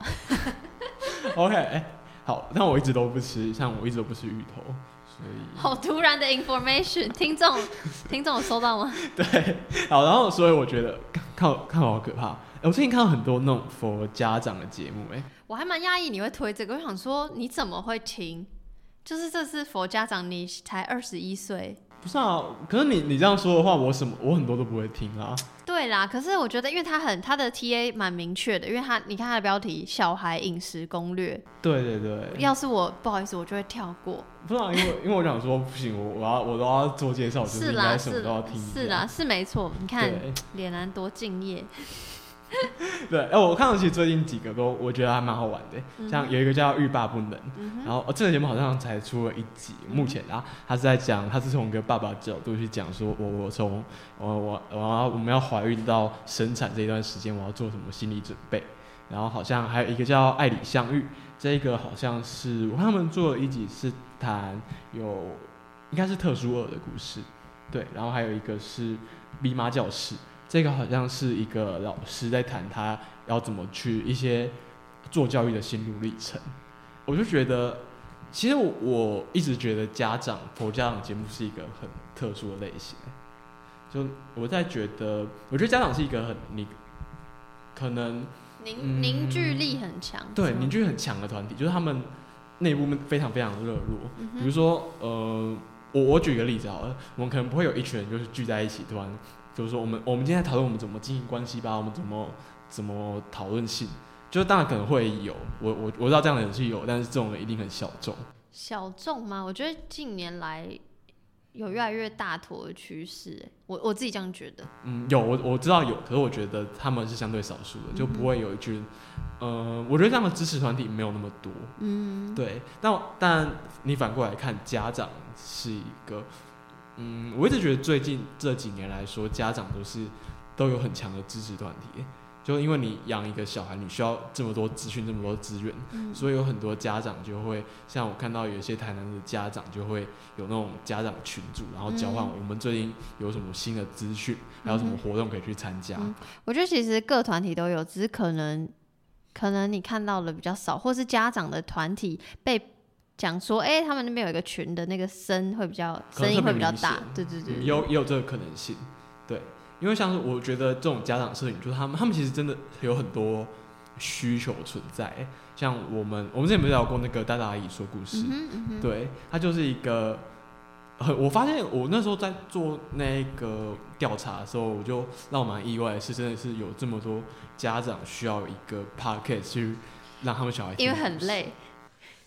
OK， 哎，好，但我一直都不吃，像我一直都不吃芋头，所以好突然的 information， 听众听众有收到吗？ 对，好，然后所以我觉得看看好可怕。欸、我最近看到很多那种 for 家长的节目、欸，哎， 我还蛮讶异你会推这个，我想说你怎么会听？就是这是 for 家长，你才二十一岁。 不是啊，可是你你这样说的话，我什么我很多都不会听啊。 对啦，可是我觉得，因为他很他的 T A 蛮明确的，因为他你看他的标题“小孩饮食攻略”。 对对对。 要是我不好意思，我就会跳过。 不是啊，因为因为我想说不行，我我要我都要做介绍，就是应该什么都要听一下。 是啦，是没错。你看脸男多敬业。 对，哎、欸，我看到其实最近几个都我觉得还蛮好玩的、嗯，像有一个叫《欲罢不能》，嗯、然后、哦、这个节目好像才出了一集，嗯、目前啊，他是在讲，他是从一个爸爸的角度去讲说，我我从我我我要我们要怀孕到生产这一段时间，我要做什么心理准备，然后好像还有一个叫《爱里相遇》，这个好像是我看他们做了一集是谈有应该是特殊儿的故事，对，然后还有一个是 B 妈教室。这个好像是一个老师在谈他要怎么去一些做教育的心路历程，我就觉得，其实 我, 我一直觉得家长佛家长节目是一个很特殊的类型，就我在觉得，我觉得家长是一个很你可能凝凝聚力很强， 对凝聚力很强的团体，就是他们内部非常非常热络、嗯，比如说呃，我我举个例子好了，我们可能不会有一群人就是聚在一起突然。就是说我们，我们今天讨论我们怎么经营关系吧，我们怎么怎么讨论性，就当然可能会有，我我我知道这样的人是有，但是这种人一定很小众。 小众吗？我觉得近年来有越来越大坨的趋势，我我自己这样觉得。 嗯，有我我知道有，可是我觉得他们是相对少数的，就不会有一群，嗯、呃，我觉得这样的支持团体没有那么多。嗯，对，但但你反过来看，家长是一个。嗯，我一直觉得最近这几年来说，家长都是都有很强的支持团体，就因为你养一个小孩，你需要这么多资讯、这么多资源、嗯，所以有很多家长就会，像我看到有一些台南的家长就会有那种家长群组，然后交换我们最近有什么新的资讯、嗯，还有什么活动可以去参加、 嗯。我觉得其实各团体都有，只是可能可能你看到的比较少，或是家长的团体被。讲说，哎、欸，他们那边有一个群的那个声会比较声音会比较大，对对对， 也有也有这个可能性，对，因为像是我觉得这种家长摄影，就是他们他们其实真的有很多需求存在，像我们我们之前不是聊过那个大大阿姨说故事，嗯嗯、对，他就是一个，我发现我那时候在做那个调查的时候，我就让我蛮意外的是，真的是有这么多家长需要一个 podcast 去让他们小孩听， 因为很累。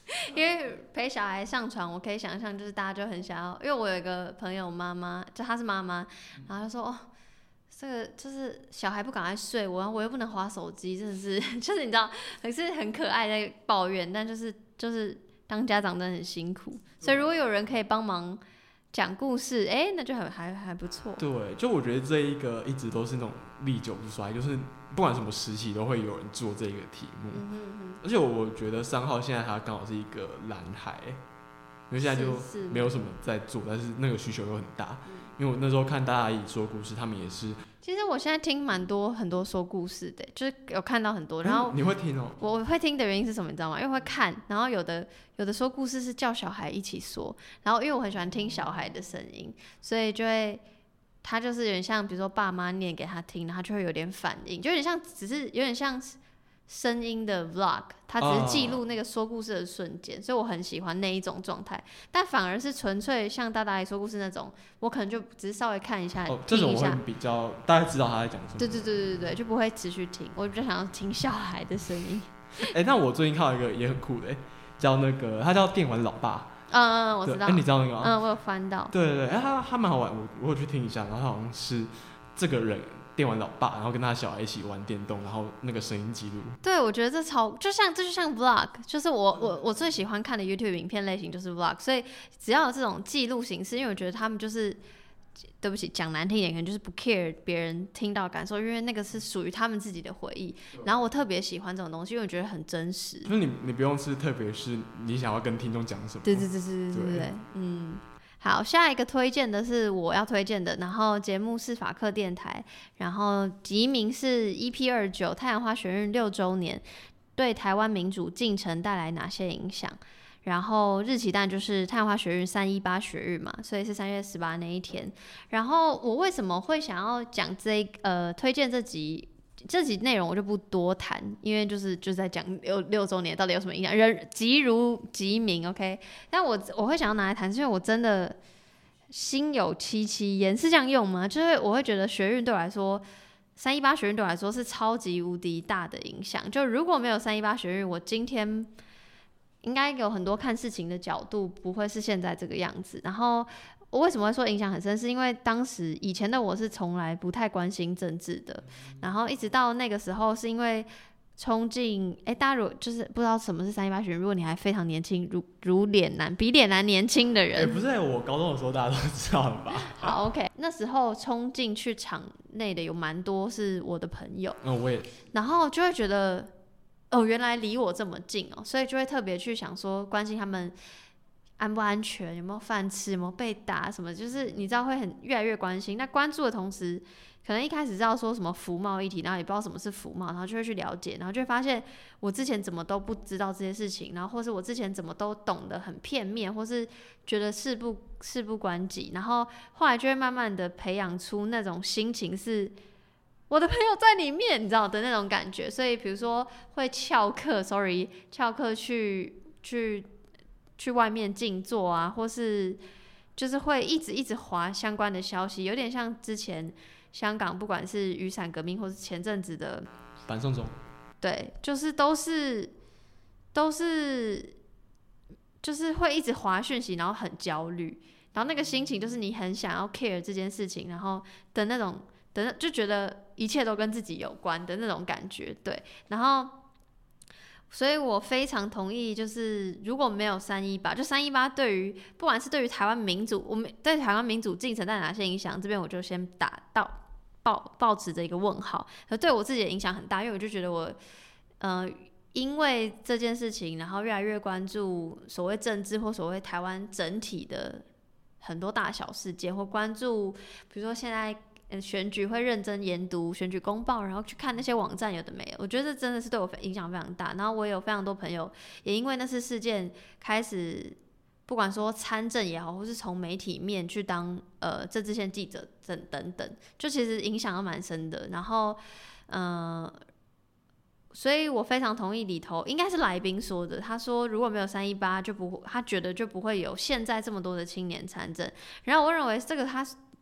因为陪小孩上床，我可以想象，就是大家就很想要，因为我有一个朋友妈妈，就她是妈妈，然后就说哦，这个就是小孩不赶快睡，我我又不能滑手机，真的是，就是你知道，可是很可爱在抱怨，但就是就是当家长真的很辛苦，所以如果有人可以帮忙讲故事，哎、欸，那就很还还不错。 对，就我觉得这一个一直都是那种历久不衰，就是不管什么时期都会有人做这个题目。嗯哼哼，而且我觉得三号现在它刚好是一个蓝海，因为现在就没有什么在做，但是那个需求又很大。因为我那时候看大家一起说故事，他们也是。 其实我现在听蛮多很多说故事的，就是有看到很多，然后、 欸、你会听哦、 喔？我会听的原因是什么？你知道吗？因为会看，然后有的有的说故事是叫小孩一起说，然后因为我很喜欢听小孩的声音，所以就会他就是有点像，比如说爸妈念给他听，然后他就会有点反应，就有点像，只是有点像声音的 vlog， 他只是记录那个说故事的瞬间， oh. 所以我很喜欢那一种状态。但反而是纯粹像大大爷说故事那种，我可能就只是稍微看一下， 哦， 听一下， 这种我会比较大概知道他在讲什么。 对对对对对，就不会持续听。我比较想要听小孩的声音。 哎、欸，那我最近看到一个也很酷的、欸，叫那个他叫电玩老爸。 嗯嗯，我知道。 哎、欸，你知道那个吗？ 嗯，我有翻到。 对对对，哎、欸，他他蛮好玩，我我有去听一下，然后他好像是这个人。电玩老爸，然后跟他小孩一起玩电动，然后那个声音记录。 对，我觉得这超就像这就像 vlog， 就是我我我最喜欢看的 YouTube 影片类型就是 vlog， 所以只要有这种记录形式，因为我觉得他们就是对不起讲难听一点，可能就是不 care 别人听到感受，因为那个是属于他们自己的回忆。然后我特别喜欢这种东西，因为我觉得很真实。 就是你你不用是特别是你想要跟听众讲什么。 对对对对对对对，嗯。好，下一个推荐的是我要推荐的，然后节目是法克电台，然后集名是 E P 二十九太阳花学运六周年，对台湾民主进程带来哪些影响？然后日期当然就是太阳花学运三一八学运嘛，所以是三月十八那一天。然后我为什么会想要讲这呃推荐这集？这集内容我就不多谈，因为就是就是在讲六六周年到底有什么影响，人即如其名 ，OK。但我我会想要拿来谈，是因为我真的心有戚戚焉，是这样用吗？就是我会觉得学运对我来说，三一八学运对我来说是超级无敌大的影响。就如果没有三一八学运，我今天应该有很多看事情的角度不会是现在这个样子。然后我为什么会说影响很深，是因为当时以前的我是从来不太关心政治的，然后一直到那个时候是因为冲进，哎、欸，大家如果就是不知道什么是三一八学运，如果你还非常年轻，如如脸男比脸男年轻的人， 哎、欸，不是、欸，我高中的时候大家都知道了吧？ 好 ，OK， 那时候冲进去场内的有蛮多是我的朋友， 嗯，我也， 然后就会觉得，哦，原来离我这么近哦，所以就会特别去想说关心他们安不安全，有没有饭吃，有没有被打什么，就是你知道会很越来越关心。那关注的同时，可能一开始知道说什么服贸议题，然后也不知道什么是服贸，然后就会去了解，然后就会发现我之前怎么都不知道这些事情，然后或是我之前怎么都懂得很片面，或是觉得事不事不关己，然后后来就会慢慢的培养出那种心情是。我的朋友在里面，你知道的那种感觉，所以比如说会翘课 ，sorry， 翘课去去去外面静坐啊，或是就是会一直一直滑相关的消息，有点像之前香港不管是雨伞革命，或是前阵子的反送中， 对，就是都是都是就是会一直滑讯息，然后很焦虑，然后那个心情就是你很想要 care 这件事情，然后的那种。的就觉得一切都跟自己有关的那种感觉，对，然后，所以我非常同意，就是如果没有三一八，就三一八对于不管是对于台湾民主，我们对台湾民主进程带来哪些影响，这边我就先打到抱抱持着一个问号，可对我自己的影响很大，因为我就觉得我，呃，因为这件事情，然后越来越关注所谓政治或所谓台湾整体的很多大小事件，或关注，比如说现在。选举会认真研读选举公报，然后去看那些网站有的没有，我觉得这真的是对我影响非常大。然后我也有非常多朋友也因为那次事件开始，不管说参政也好，或是从媒体面去当呃政治线记者等等等，就其实影响都蛮深的。然后嗯、呃，所以我非常同意里头应该是来宾说的，他说如果没有三一八就不，他觉得就不会有现在这么多的青年参政。然后我认为这个他。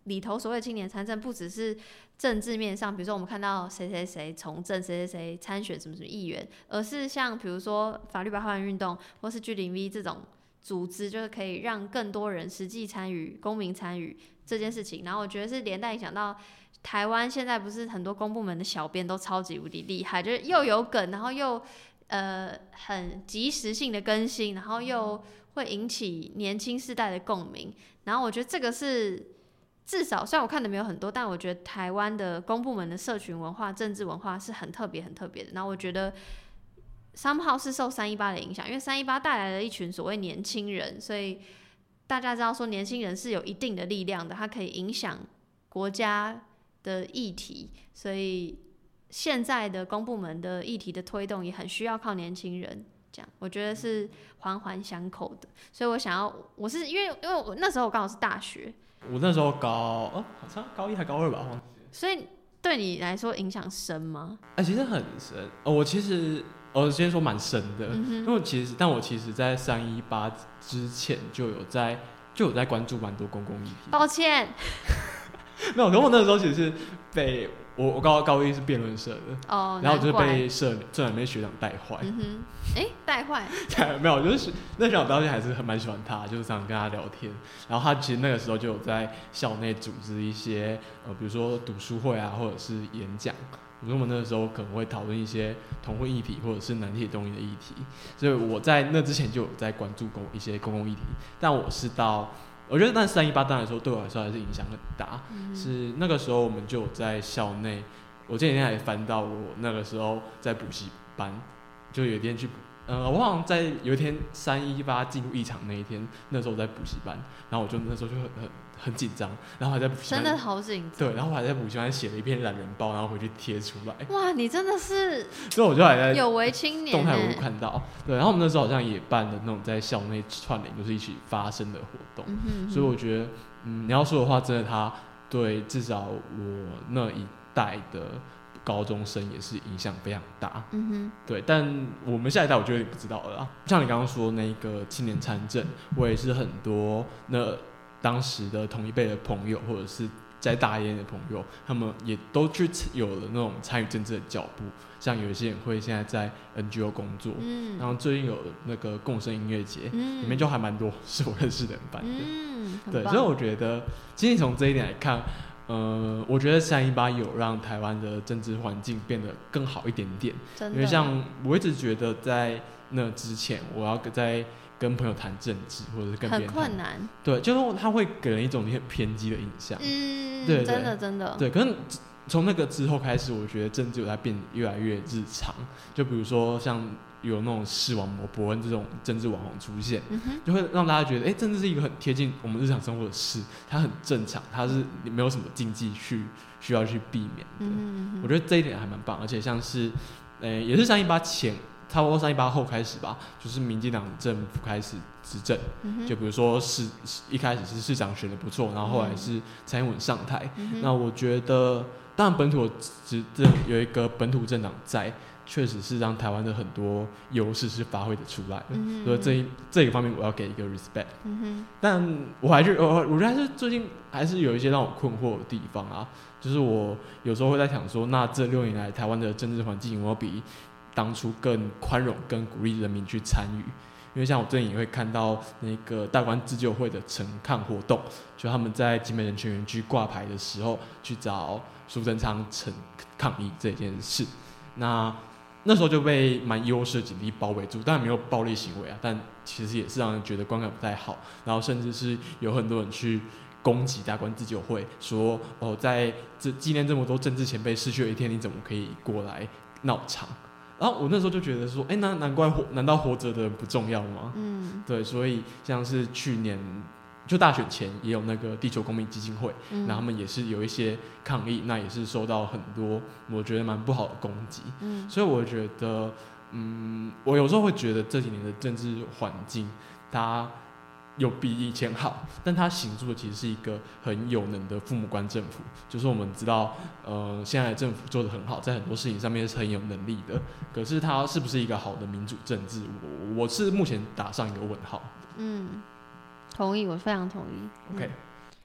里头所谓青年参政，不只是政治面上，比如说我们看到谁谁谁从政，谁谁谁参选什么什么议员，而是像比如说法律白话文运动或是 G 零 V 这种组织，就是可以让更多人实际参与、公民参与这件事情。然后我觉得是连带影响到台湾现在不是很多公部门的小编都超级无敌厉害，就是又有梗，然后又呃很及时性的更新，然后又会引起年轻世代的共鸣。然后我觉得这个是至少虽然我看的没有很多，但我觉得台湾的公部门的社群文化、政治文化是很特别、很特别的。然后我觉得somehow是受三一八的影响，因为三一八带来了一群所谓年轻人，所以大家知道说年轻人是有一定的力量的，它可以影响国家的议题，所以现在的公部门的议题的推动也很需要靠年轻人。这样我觉得是环环相扣的，所以我想要，我是因为因为我那时候我刚好是大学， 我那时候高哦，好像高一还高二吧， 所以对你来说影响深吗？ 哎、欸，其实很深。哦，我其实我先说蛮深的，嗯、因为其实但我其实在三一八之前就有在就有在关注蛮多公共议题。 抱歉， 没有，可我那时候其实是被。我我高高一是辩论社的，哦，然后我就是被社社里面学长带坏。 嗯哼，哎、欸，带坏？ 没有，就是那学长到现在还是很蛮喜欢他，就是常常跟他聊天。然后他其实那个时候就有在校内组织一些呃，比如说读书会啊，或者是演讲。比如说我们那个时候可能会讨论一些同婚议题，或者是南铁东移的议题。所以我在那之前就有在关注公一些公共议题，但我是到。我觉得那三一八当然说对我来说还是影响很大，嗯、是那个时候我们就有在校内，我这几天还翻到我那个时候在补习班，就有一天去，呃，我好像在有一天三一八进入议场那一天，那时候我在补习班，然后我就那时候就很很很紧张，然后还在补习班， 真的好紧张， 对，然后我还在补习班写了一篇懒人包，然后回去贴出来。 哇，你真的是， 所以我就还在有为青年， 动态我看到，对，然后我们那时候好像也办了那种在校内串联，就是一起发声的活动，嗯哼哼，所以我觉得，嗯，你要说的话，真的他对至少我那一代的高中生也是影响非常大，嗯哼，对，但我们下一代我就有点不知道了啦。像你刚刚说那个青年参政，我也是很多那当时的同一辈的朋友，或者是在大一的朋友，他们也都去有了那种参与政治的脚步。像有一些人会现在在 N G O 工作，嗯，然后最近有那个共生音乐节，嗯，里面就还蛮多是我认识的人办的，嗯，对，所以我觉得，其实从这一点来看。呃，我觉得三一八有让台湾的政治环境变得更好一点点，因为像我一直觉得在那之前，我要在跟朋友谈政治，或者是跟别人谈， 很困难， 对，就是他会给人一种你很偏激的印象， 嗯， 对， 真的真的， 对，可是从那个之后开始，我觉得政治有在变越来越日常，就比如说像。有那种视网膜伯恩这种政治网红出现，嗯、就会让大家觉得，哎、欸，政治是一个很贴近我们日常生活的事，它很正常，它是没有什么禁忌去需要去避免的。嗯、我觉得这一点还蛮棒，而且像是，呃、欸，也是三一八前，差不多三一八后开始吧，就是民进党政府开始执政，嗯、就比如说市一开始是市长选的不错，然后后来是蔡英文上台，嗯、那我觉得，当然本土执政有一个本土政党在。确实是让台湾的很多优势是发挥的出来的，嗯、所以这一这一个方面我要给一个 respect。嗯、但我还是我我觉得还是最近还是有一些让我困惑的地方啊，就是我有时候会在想说，那这六年来台湾的政治环境有没有比当初更宽容、更鼓励人民去参与？因为像我最近也会看到那个大关自救会的陈抗活动，就他们在集美人权园区挂牌的时候去找苏贞昌陈抗议这件事，那。那时候就被蛮优势的警力包围住，当然没有暴力行为啊，但其实也是让人觉得观感不太好。然后甚至是有很多人去攻击大关自救会，说哦，在这纪念这么多政治前辈逝去的一天，你怎么可以过来闹场？然后我那时候就觉得说，哎、欸，那难怪活，难道活着的人不重要吗？嗯，对，所以像是去年。就大选前也有那个地球公民基金会，嗯、然后他们也是有一些抗议，那也是受到很多我觉得蛮不好的攻击，嗯、所以我觉得，嗯，我有时候会觉得这几年的政治环境，它有比以前好，但它形塑的其实是一个很有能的父母官政府，就是我们知道，呃，现在的政府做得很好，在很多事情上面是很有能力的，可是它是不是一个好的民主政治，我我是目前打上一个问号。嗯。 同意，我非常同意。 OK，、嗯、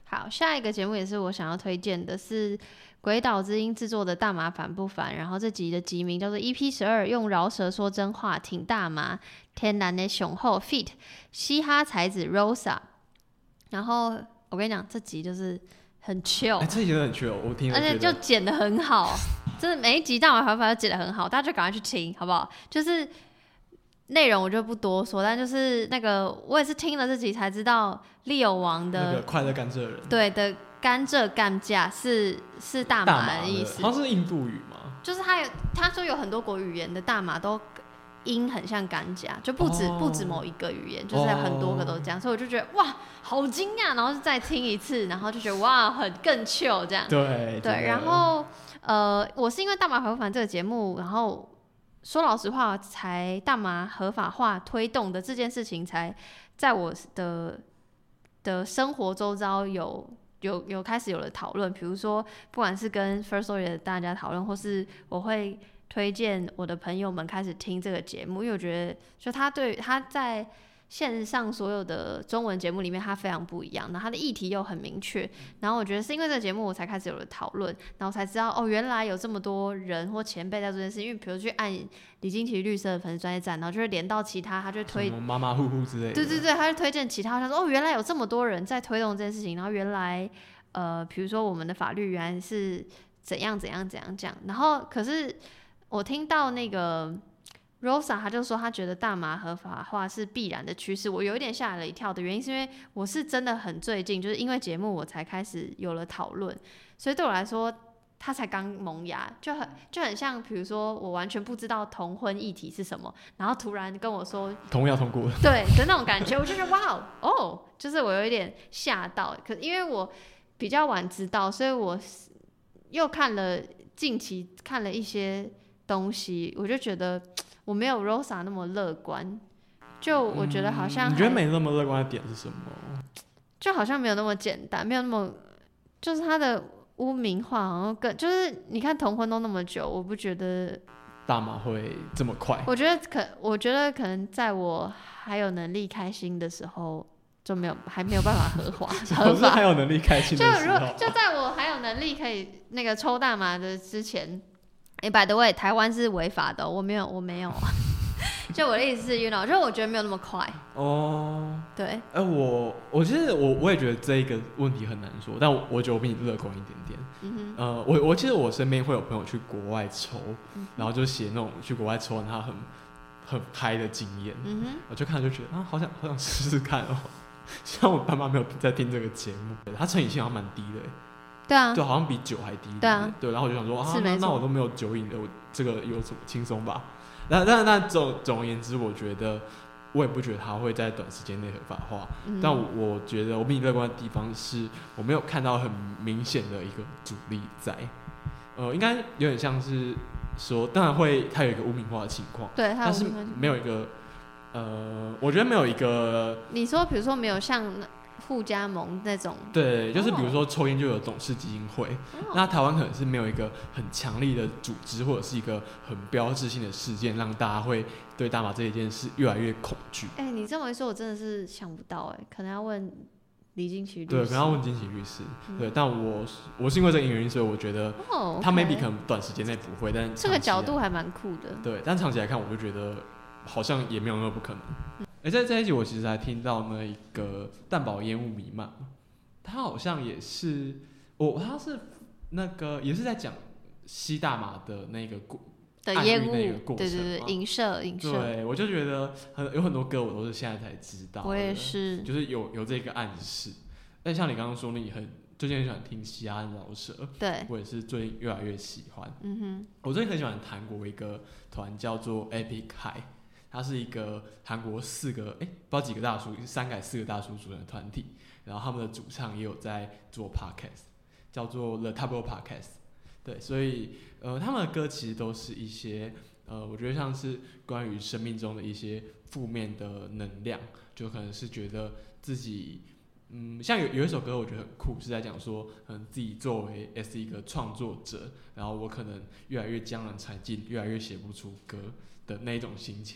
好，下一个节目也是我想要推荐的，是鬼岛之音制作的《大麻烦不烦》，然后这集的集名叫做 E P 十二，用饶舌说真话，挺大麻，天然的雄厚 feat 嘻哈才子 Rosa。然后我跟你讲，这集就是很 chill， 哎、欸，这集真的很 chill，我听了， 而且就剪得很好，真的每一集大麻烦不烦都剪得很好，大家就赶快去听，好不好？就是内容我就不多说，但就是那个我也是听了这集才知道，利友王的那个快乐甘蔗人， 对的甘蔗干架是是大麻的意思， 好像是印度语嘛， 就是他有他说有很多国语言的大麻都音很像干架，就不止、哦、不止某一个语言，就是有很多个都这样，哦、所以我就觉得哇好惊讶，然后就再听一次，然后就觉得哇很更 chill 这样， 对对，然后呃我是因为大麻合法这个节目，然后。说老实话，才大麻合法化推动的这件事情，才在我的的生活周遭有有有开始有了讨论。比如说，不管是跟 Firstory 的大家讨论，或是我会推荐我的朋友们开始听这个节目，因为我觉得，就他对他在线上所有的中文节目里面，它非常不一样，然后它的议题又很明确，然后我觉得是因为这个节目我才开始有了讨论，然后才知道哦，原来有这么多人或前辈在做这件事，因为比如去按李金奇绿色的粉丝专页站，然后就会连到其他，他就推马马虎虎之类的， 对对对，他就推荐其他，他说哦，原来有这么多人在推动这件事情，然后原来呃，比如说我们的法律原来是怎样怎样怎样讲，然后可是我听到那个。Rosa 他就说他觉得大麻合法化是必然的趋势，我有一点吓了一跳的原因是因为我是真的很最近就是因为节目我才开始有了讨论，所以对我来说他才刚萌芽，就很就很像比如说我完全不知道同婚议题是什么，然后突然跟我说同要通过， 对的那种感觉，我就觉得哇哦，就是我有一点吓到，可因为我比较晚知道，所以我又看了近期看了一些东西，我就觉得。我没有 Rosa 那么乐观，就我觉得好像、 嗯、你觉得没那么乐观的点是什么？ 就好像没有那么简单，没有那么，就是他的污名化好像更，就是你看同婚都那么久，我不觉得大麻会这么快。 我觉得可，我觉得可能在我还有能力开心的时候，就没有还没有办法合法合法。 还有能力开心的时候， 就如果就在我还有能力可以那个抽大麻的之前。哎、欸、，by the way， 台湾是违法的，我没有，我没有。就我的意思是 ，you know， 就我觉得没有那么快。哦。对。哎、 呃，我我其实我我也觉得这一个问题很难说，但我我觉得我比你乐观一点点。嗯哼。呃，我我其实我身边会有朋友去国外抽，嗯、然后就写那种去国外抽完他很很嗨的经验。嗯哼。我就看就觉得啊，好想好想试试看哦。虽然我爸妈没有在听这个节目，他成瘾性好像蛮低的。 对啊， 对，好像比酒还低。 对啊， 对，然后我就想说啊，那, 那我都没有酒瘾的，我这个有什么轻松吧？但但那总总而言之，我觉得我也不觉得它会在短时间内合法化。嗯、但我我觉得我比你乐观的地方是，我没有看到很明显的一个阻力在。呃，应该有点像是说，当然会它有一个污名化的情况， 对， 但是没有一个呃，我觉得没有一个。 你说，比如说没有像。互加盟那种， 对，就是比如说抽烟就有董事基金会，哦、那台湾可能是没有一个很强力的组织或者是一个很标志性的事件，让大家会对大麻这一件事越来越恐惧。 哎、欸，你这么一说，我真的是想不到、欸，哎，可能要问李金奇律师。 对，可能要问金奇律师。嗯、对，但我我是因为这个原因，所以我觉得，哦，他 maybe 可能短时间内不会，但这个角度还蛮酷的。 对，但长期来看，我就觉得好像也没有那么不可能。嗯哎、欸，在这一集我其实还听到那一个蛋堡烟雾弥漫，他好像也是，我他是那个也是在讲吸大麻的那个过的烟雾， 对对对对，影射影射。 对，我就觉得很有很多歌我都是现在才知道， 我也是， 就是有有这个暗示。但像你刚刚说，你很最近很喜欢听嘻哈饶舌， 对， 我也是最近越来越喜欢。嗯哼，我最近很喜欢韩国一个团叫做 Epic High。它是一个韩国四个哎、欸、不知道几个大叔，三改四个大叔组成的团体，然后他们的主唱也有在做 podcast， 叫做 The Table Podcast。对，所以呃他们的歌其实都是一些呃我觉得像是关于生命中的一些负面的能量，就可能是觉得自己嗯像有有一首歌我觉得很酷，是在讲说嗯自己作为 as 一个创作者，然后我可能越来越江郎才尽，越来越写不出歌的那一种心情。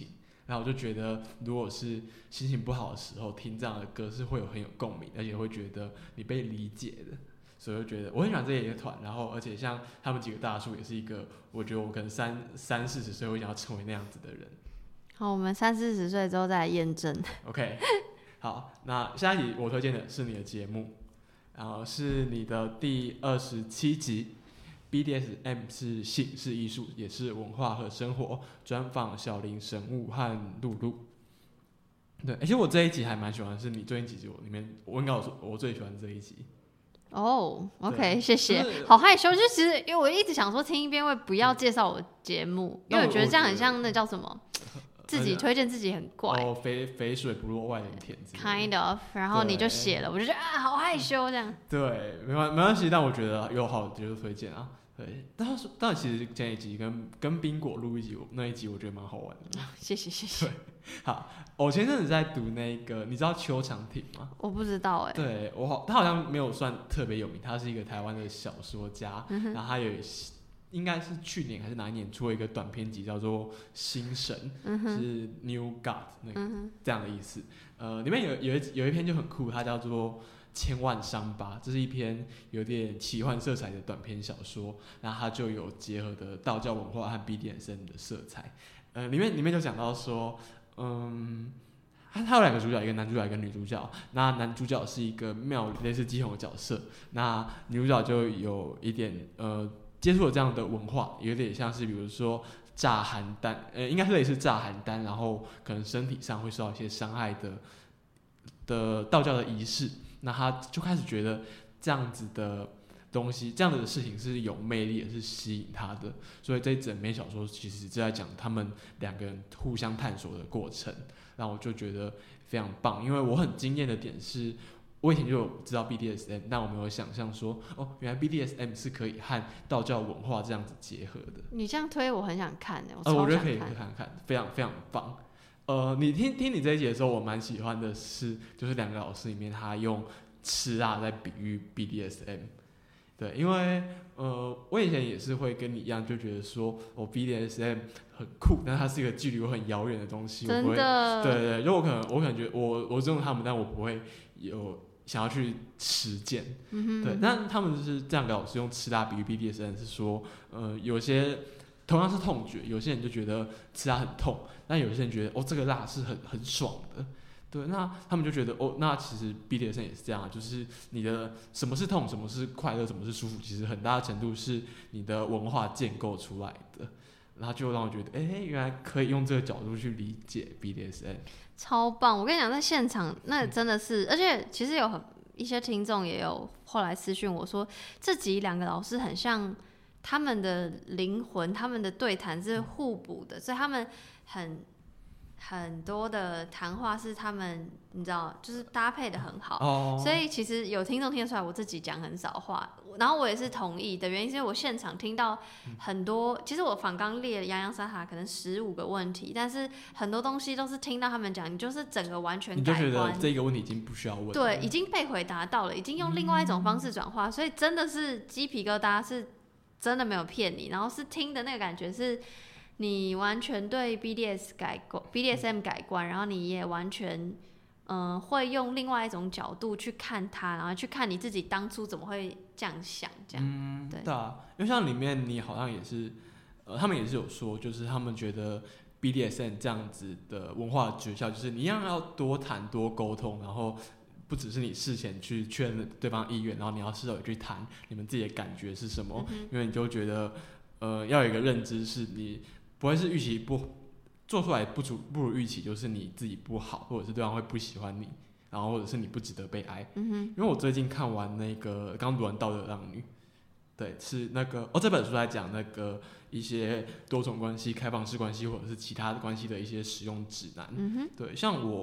然后我就觉得，如果是心情不好的时候听这样的歌，是会有很有共鸣，而且会觉得你被理解的。所以我就觉得我很喜欢这一个团，然后而且像他们几个大叔也是一个，我觉得我可能三三四十岁会想要成为那样子的人。 好，我们三四十岁之后再来验证。 OK， 好，那下一集我推荐的是你的节目，然后是你的第二十七集。B D S M 是性是艺术，也是文化和生活。专访小林神物和露露。对，而且我这一集还蛮喜欢的，是你最近几集我里面，我应该我说我最喜欢这一集。 哦、oh, ，OK， 谢谢。好害羞，就其实因为我一直想说听一遍会不要介绍我节目，因为我觉得这样很像那叫什么，自己推荐自己很怪。 哦，肥肥水不落外人田。 Kind of， 然后你就写了，我就觉得啊，好害羞这样。 对，没关没关系，但我觉得有好就推荐啊。对，但是但其实前一集跟跟冰果录一集，那一集我觉得蛮好玩的。 谢谢谢谢。 对，好，我前阵子在读那个，你知道邱长廷吗？ 我不知道哎、欸。 对我好，他好像没有算特别有名，他是一个台湾的小说家，嗯、然后他有应该是去年还是哪一年出了一个短篇集，叫做《新神》，嗯、是 New God 那个、嗯、这样的意思。呃，里面有有一有一篇就很酷，它叫做千万伤疤，这是一篇有点奇幻色彩的短篇小说，然后它就有结合的道教文化和 B D S M 的色彩。呃，里面里面就讲到说，嗯，它它有两个主角，一个男主角，一个女主角。那男主角是一个庙里类似鸡童的角色，那女主角就有一点呃接触了这样的文化，有点像是比如说炸邯郸，呃，应该是类似炸邯郸，然后可能身体上会受到一些伤害的的道教的仪式。那他就开始觉得这样子的东西，这样子的事情是有魅力，也是吸引他的。所以这一整篇小说其实就在讲他们两个人互相探索的过程，然后我就觉得非常棒。因为我很惊艳的点是，我以前就有知道 B D S M， 但我没有想象说，哦，原来 B D S M 是可以和道教文化这样子结合的。 你这样推，我很想看的，我超呃， 想看。 我觉得可以看看，非常非常棒。呃，你听听你这一集的时候，我蛮喜欢的是，就是两个老师里面他用吃辣在比喻 B D S M。对，因为呃，我以前也是会跟你一样，就觉得说我、哦、B D S M 很酷，但它是一个距离我很遥远的东西， 真的。 我不会，对对，就我可能我可能觉得我我尊重他们，但我不会有想要去实践。嗯对，但他们就是这样给老师用吃辣比喻 B D S M， 是说，呃，有些同样是痛觉，有些人就觉得吃辣很痛，但有些人觉得哦，这个辣是很很爽的。对，那他们就觉得哦，那其实 B D S M 也是这样，就是你的什么是痛，什么是快乐，什么是舒服，其实很大的程度是你的文化建构出来的。然后就让我觉得，哎、欸，原来可以用这个角度去理解 B D S M， 超棒！我跟你讲，在现场那真的是，嗯、而且其实有很一些听众也有后来私讯我说，这集两个老师很像他们的灵魂，他们的对谈是互补的，所以他们很。很多的谈话是他们，你知道，就是搭配的很好， oh. 所以其实有听众听得出来，我自己讲很少话，然后我也是同意的原因，是因为我现场听到很多，嗯、其实我访纲列了洋洋洒洒可能十五个问题，但是很多东西都是听到他们讲，你就是整个完全改观， 你就觉得这个问题已经不需要问了， 对，已经被回答到了，已经用另外一种方式转化，嗯、所以真的是鸡皮疙瘩，是真的没有骗你，然后是听的那个感觉是。你完全对 B D S 改观 ，B D S M 改观，然后你也完全，嗯、呃，会用另外一种角度去看它，然后去看你自己当初怎么会这样想，这样。 嗯， 对。 对啊，因为像里面你好像也是，呃，他们也是有说，就是他们觉得 B D S M 这样子的文化诀窍，就是你一样要多谈多沟通，然后不只是你事前去确认对方意愿，然后你要事后去谈你们自己的感觉是什么，嗯、因为你就觉得，呃，要有一个认知是你。不会是预期不做出来不如不如预期，就是你自己不好，或者是对方会不喜欢你，然后或者是你不值得被爱。嗯哼。因为我最近看完那个刚读完《道德浪女》，对，是那个哦这本书在讲那个一些多重关系、开放式关系或者是其他的关系的一些使用指南。嗯哼。对，像我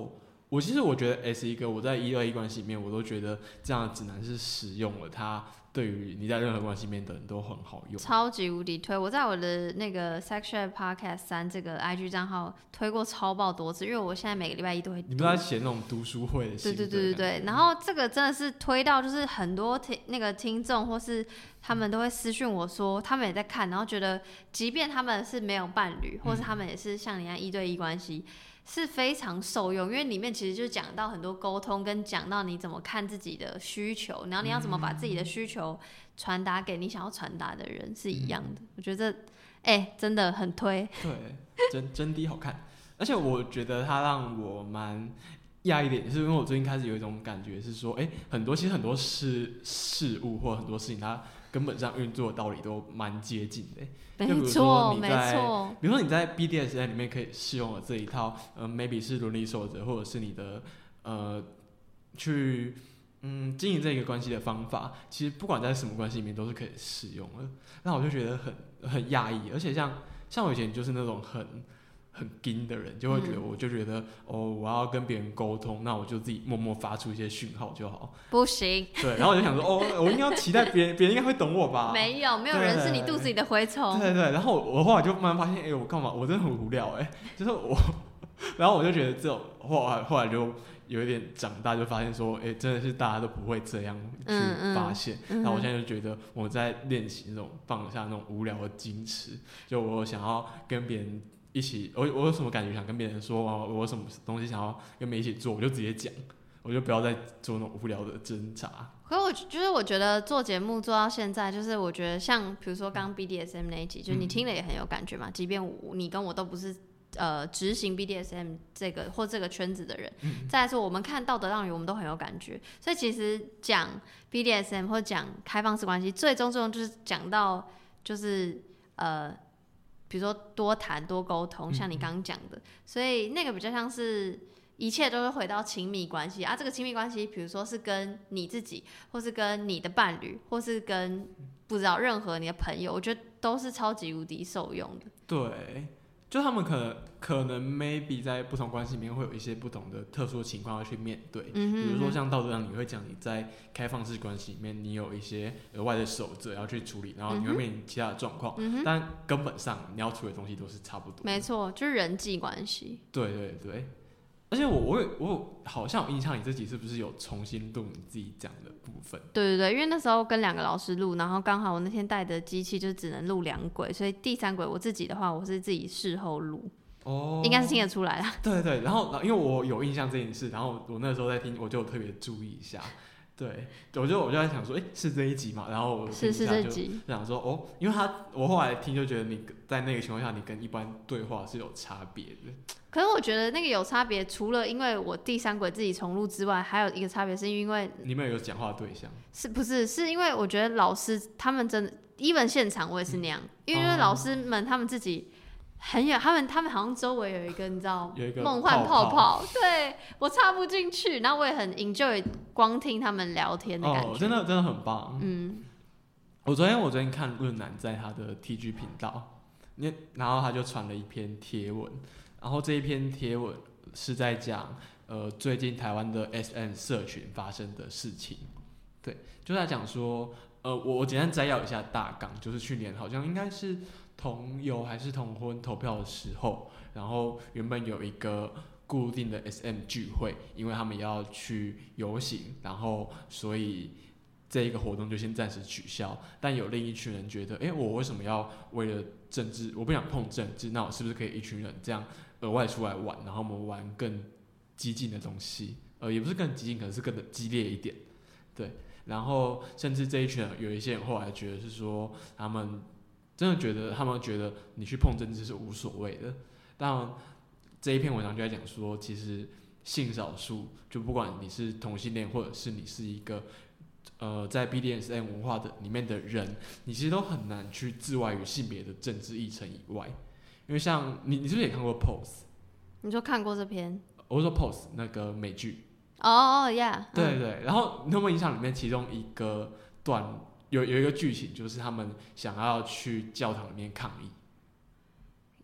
我其实我觉得 S 一个我在一二一关系里面，我都觉得这样的指南是实用了，它对于你在任何关系里面的人都很好用， 超级无敌推！我在我的那个 Sexual Podcast 三这个 I G 账号推过超爆多次，因为我现在每个礼拜一都会读。 你们在写那种读书会的心得？ 对对对对对。然后这个真的是推到，就是很多听那个听众或是他们都会私讯我说，他们也在看，然后觉得即便他们是没有伴侣，或是他们也是像你一样一对一关系。是非常受用，因为里面其实就讲到很多沟通，跟讲到你怎么看自己的需求，然后你要怎么把自己的需求传达给你想要传达的人是一样的。嗯、我觉得，哎、欸，真的很推。 对，真真的好看，而且我觉得它让我蛮讶异的，是因为我最近开始有一种感觉是说，哎、欸，很多其实很多事事物或很多事情，它根本上运作的道理都蛮接近的、欸。 没错，没错。 比如说你在 B D S M 里面可以适用的这一套，呃 ，maybe 是伦理守则，或者是你的呃去嗯经营这个关系的方法，其实不管在什么关系里面都是可以适用的。那我就觉得很很讶异，而且像像我以前就是那种很很硬的人，就会觉得、嗯、我就觉得哦，我要跟别人沟通，那我就自己默默发出一些讯号就好。 不行。 对，然后我就想说，哦，我应该要期待别人，别人应该会懂我吧？ 没有，没有人是你肚子里的蛔虫。 对对对，然后我后来就慢慢发现，哎、欸，我干嘛？我真的很无聊哎、欸，就是我，然后我就觉得这种后来后来就有一点长大，就发现说，哎、欸，真的是大家都不会这样去发现。嗯嗯、然后我现在就觉得我在练习那种放下那种无聊的矜持，就我想要跟别人。一起，我我有什么感觉想跟别人说，我有什么东西想要跟别人一起做，我就直接讲，我就不要再做那种无聊的挣扎。 可是我就是我觉得做节目做到现在，就是我觉得像比如说刚 B D S M 那一集，就是你听了也很有感觉嘛。嗯、即便我你跟我都不是呃执行 B D S M 这个或这个圈子的人，嗯、再来说我们看道德浪语，我们都很有感觉。所以其实讲 B D S M 或讲开放式关系，最终最终就是讲到就是呃。比如说多谈多沟通，像你刚刚讲的，嗯、所以那个比较像是一切都会回到亲密关系啊。这个亲密关系，比如说是跟你自己，或是跟你的伴侣，或是跟不知道任何你的朋友，我觉得都是超级无敌受用的。 对，就他们可能可能 maybe 在不同关系里面会有一些不同的特殊情况要去面对，嗯、比如说像道德上你会讲你在开放式关系里面你有一些额外的守则要去处理，然后你会面临其他的状况，嗯、但根本上你要处理的东西都是差不多的。 没错，就是人际关系。 对对对，而且我我有我有好像有印象，你自己是不是有重新录你自己讲的部分？ 对对对，因为那时候跟两个老师录，然后刚好我那天带的机器就只能录两轨，所以第三轨我自己的话，我是自己事后录。哦，应该是听得出来啦。 对对，然后因为我有印象这件事，然后我那时候在听，我就特别注意一下。对，我就我就在想说，哎、欸，是这一集嘛？然后我是是这集， 就想说，哦，因为他我后来听就觉得你在那个情况下，你跟一般对话是有差别的。 可是我觉得那个有差别，除了因为我第三轨自己重录之外，还有一个差别是因为你们有讲话对象， 是不是？是因为我觉得老师他们真的，even现场我也是那样，嗯、因为老师们他们自己。很远，他们他们好像周围有一个你知道梦幻泡泡，对我插不进去，然后我也很 enjoy 光听他们聊天的感觉， 哦，真的真的很棒。嗯，我昨天我昨天看润南在他的 T G 频道，然后他就传了一篇贴文，然后这一篇贴文是在讲呃最近台湾的 S M 社群发生的事情，对，就在讲说呃我我简单摘要一下大纲，就是去年好像应该是。同游还是同婚投票的时候，然后原本有一个固定的 S M 聚会，因为他们要去游行，然后所以这一个活动就先暂时取消。但有另一群人觉得，哎，我为什么要为了政治，我不想碰政治，那我是不是可以一群人这样额外出来玩，然后我们玩更激进的东西？呃，也不是更激进，可能是更激烈一点，对。然后甚至这一群人有一些人后来觉得是说他们。真的觉得他们觉得你去碰政治是无所谓的，但这一篇文章就在讲说，其实性少数就不管你是同性恋，或者是你是一个呃在 B D S M 文化的里面的人，你其实都很难去置外于性别的政治议程以外，因为像你你是不是也看过 Pose？ 你说看过这篇？ 我说 Pose 那个美剧。 哦哦 ，Yeah。 对对，然后《那么影响》里面其中一个段。有有一个剧情，就是他们想要去教堂里面抗议。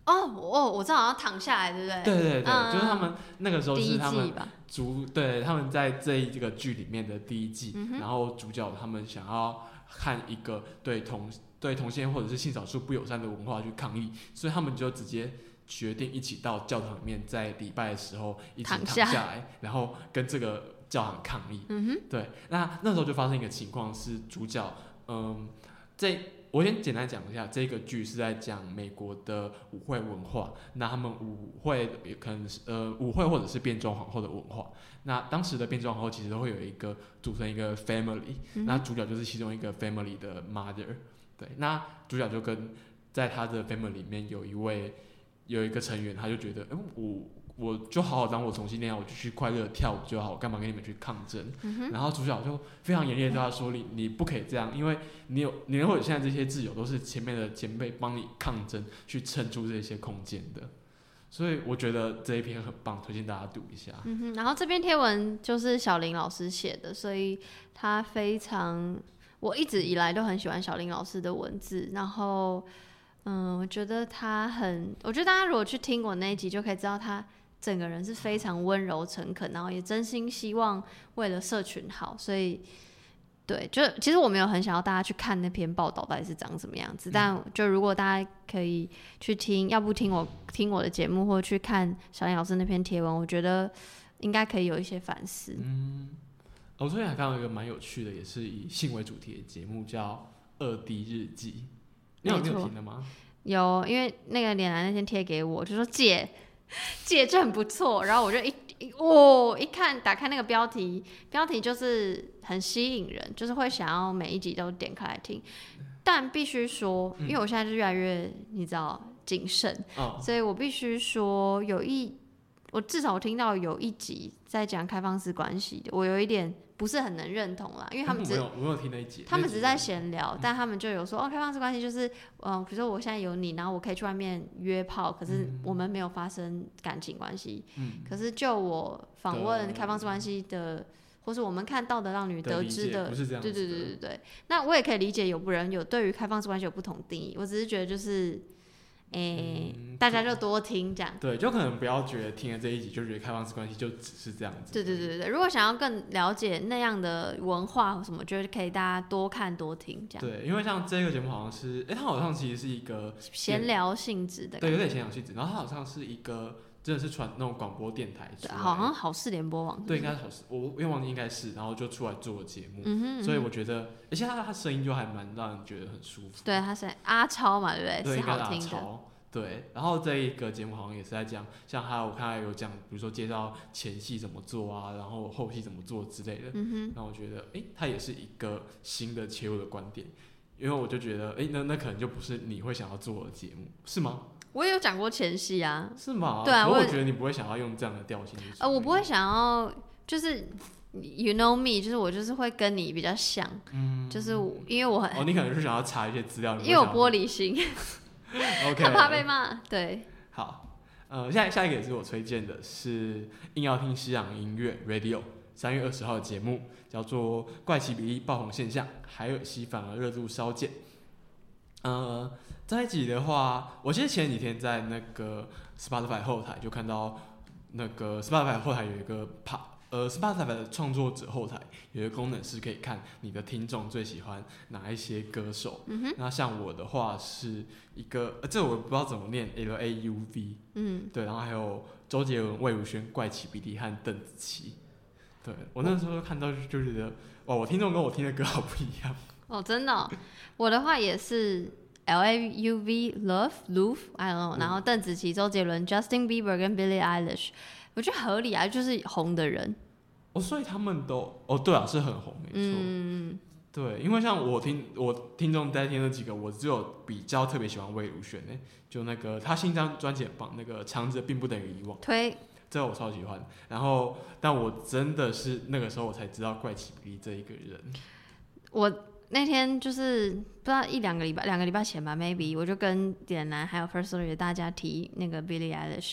哦哦，我知道好像躺下来，对不对？ 对对对， 嗯、 就是他们那个时候是他们第一季吧， 主对他们在这一个剧里面的第一季， 嗯、 然后主角他们想要看一个对同对同性或者是性少数不友善的文化去抗议，所以他们就直接决定一起到教堂里面，在礼拜的时候一起躺下来，然后跟这个教堂抗议。 嗯哼， 对，那那时候就发生一个情况是主角，嗯，这我先简单讲一下，这个剧是在讲美国的舞会文化。那他们舞会也可能是呃舞会或者是变装皇后的文化。那当时的变装皇后其实都会有一个组成一个 family，、嗯、那主角就是其中一个 family 的 mother。对，那主角就跟在他的 family 里面有一位有一个成员，他就觉得，嗯，我我就好好当我同性恋，我就去快乐跳舞就好，我干嘛跟你们去抗争？ 嗯、 然后主角就非常严厉的对他说：“你你不可以这样，因为你有你能有现在这些自由，都是前面的前辈帮你抗争，去撑出这些空间的。”所以我觉得这一篇很棒，推荐大家读一下。 嗯哼，然后这篇贴文就是小林老师写的，所以他非常，我一直以来都很喜欢小林老师的文字，然后。嗯，我觉得他很，我觉得大家如果去听我那一集，就可以知道他整个人是非常温柔诚恳，然后也真心希望为了社群好，所以对，就其实我没有很想要大家去看那篇报道到底是长什么样子，嗯、但就如果大家可以去听，要不听我听我的节目，或者去看小林老师那篇贴文，我觉得应该可以有一些反思。 嗯，我最近还看到一个蛮有趣的，也是以性为主题的节目，叫《二 D 日记》。你有没有听的吗？ 有，因为那个脸男那天贴给我，就说姐，姐这很不错，然后我就一哦一看，打开那个标题，标题就是很吸引人，就是会想要每一集都点开来听。但必须说，因为我现在就越来越你知道谨慎， 嗯、 所以我必须说，有一我至少听到有一集在讲开放式关系的，我有一点。不是很能认同啦，因为他们只、 嗯、我有我有听那一集， 他们只是在闲聊、嗯，但他们就有说哦，开放式关系就是，嗯、呃，比如说我现在有你，然后我可以去外面约炮，可是我们没有发生感情关系。嗯。可是就我访问开放式关系的，或是我们看到的让女得知的， 不是这样子的。 对对对对对。那我也可以理解有不人有对于开放式关系有不同定义，我只是觉得就是。诶、嗯，大家就多听这样。 对，就可能不要觉得听了这一集就觉得开放式关系就只是这样子。 对对对对，如果想要更了解那样的文化或什么，就是可以大家多看多听这样。 对，因为像这个节目好像是，哎、欸，它好像其实是一个闲聊性质的， 对，有点闲聊性质。然后它好像是一个真的是传那种广播电台出来， 对，好像好事联播网是不是。 对，应该是好事，我我也忘记应该是，然后就出来做节目。 嗯哼嗯哼， 所以我觉得，而且他他声音就还蛮让人觉得很舒服。 对，他是阿超嘛，对不对？ 对， 是好听的。 对，然后这一个节目好像也是在讲，像他我看他有讲，比如说介绍前戏怎么做啊，然后后戏怎么做之类的。嗯哼。那我觉得，哎，他也是一个新的切入的观点，因为我就觉得，哎，那那可能就不是你会想要做的节目，是吗？ 我也有讲过前戏啊。 是吗？ 对啊， 我我觉得你不会想要用这样的调性去。 呃，我不会想要，就是。You know me， 就是我就是会跟你比较像，嗯，就是因为我很哦，你可能是想要查一些资料， 因为我玻璃心。 OK， 怕被骂，对。 好，呃，下下一个也是我推荐的，是硬要听西洋音乐 Radio 三月二十号的节目，叫做《怪奇比例爆红现象》，海尔西反而热度稍减。呃，这一集的话，我记得前几天在那个 Spotify 后台就看到，那个 Spotify 后台有一个帕。呃 ，Spotify 的创作者后台有一个功能是可以看你的听众最喜欢哪一些歌手。嗯、那像我的话是一个，呃、这我不知道怎么念 ，L A U V。嗯，对，然后还有周杰伦、魏如萱、怪奇比利和邓紫棋。对我那时候看到就觉得，哇，我听众跟我听的歌好不一样。 哦，真的、哦，我的话也是 L A U V、Love、Love，I don't know，、嗯、然后邓紫棋、周杰伦、Justin Bieber 跟 Billie Eilish。我觉得合理啊，就是红的人。 哦，所以他们都哦，对啊，是很红，没错。嗯，对，因为像我听我听众在听那几个，我只有比较特别喜欢魏如萱诶，就那个他新张专辑很棒，那个长着并不等于遗忘， 推， 这个我超喜欢。然后，但我真的是那个时候我才知道怪奇比利这一个人。 我那天就是不知道一两个礼拜，两个礼拜前吧 ，maybe 我就跟点男还有 First Story 的大家提那个 Billie Eilish。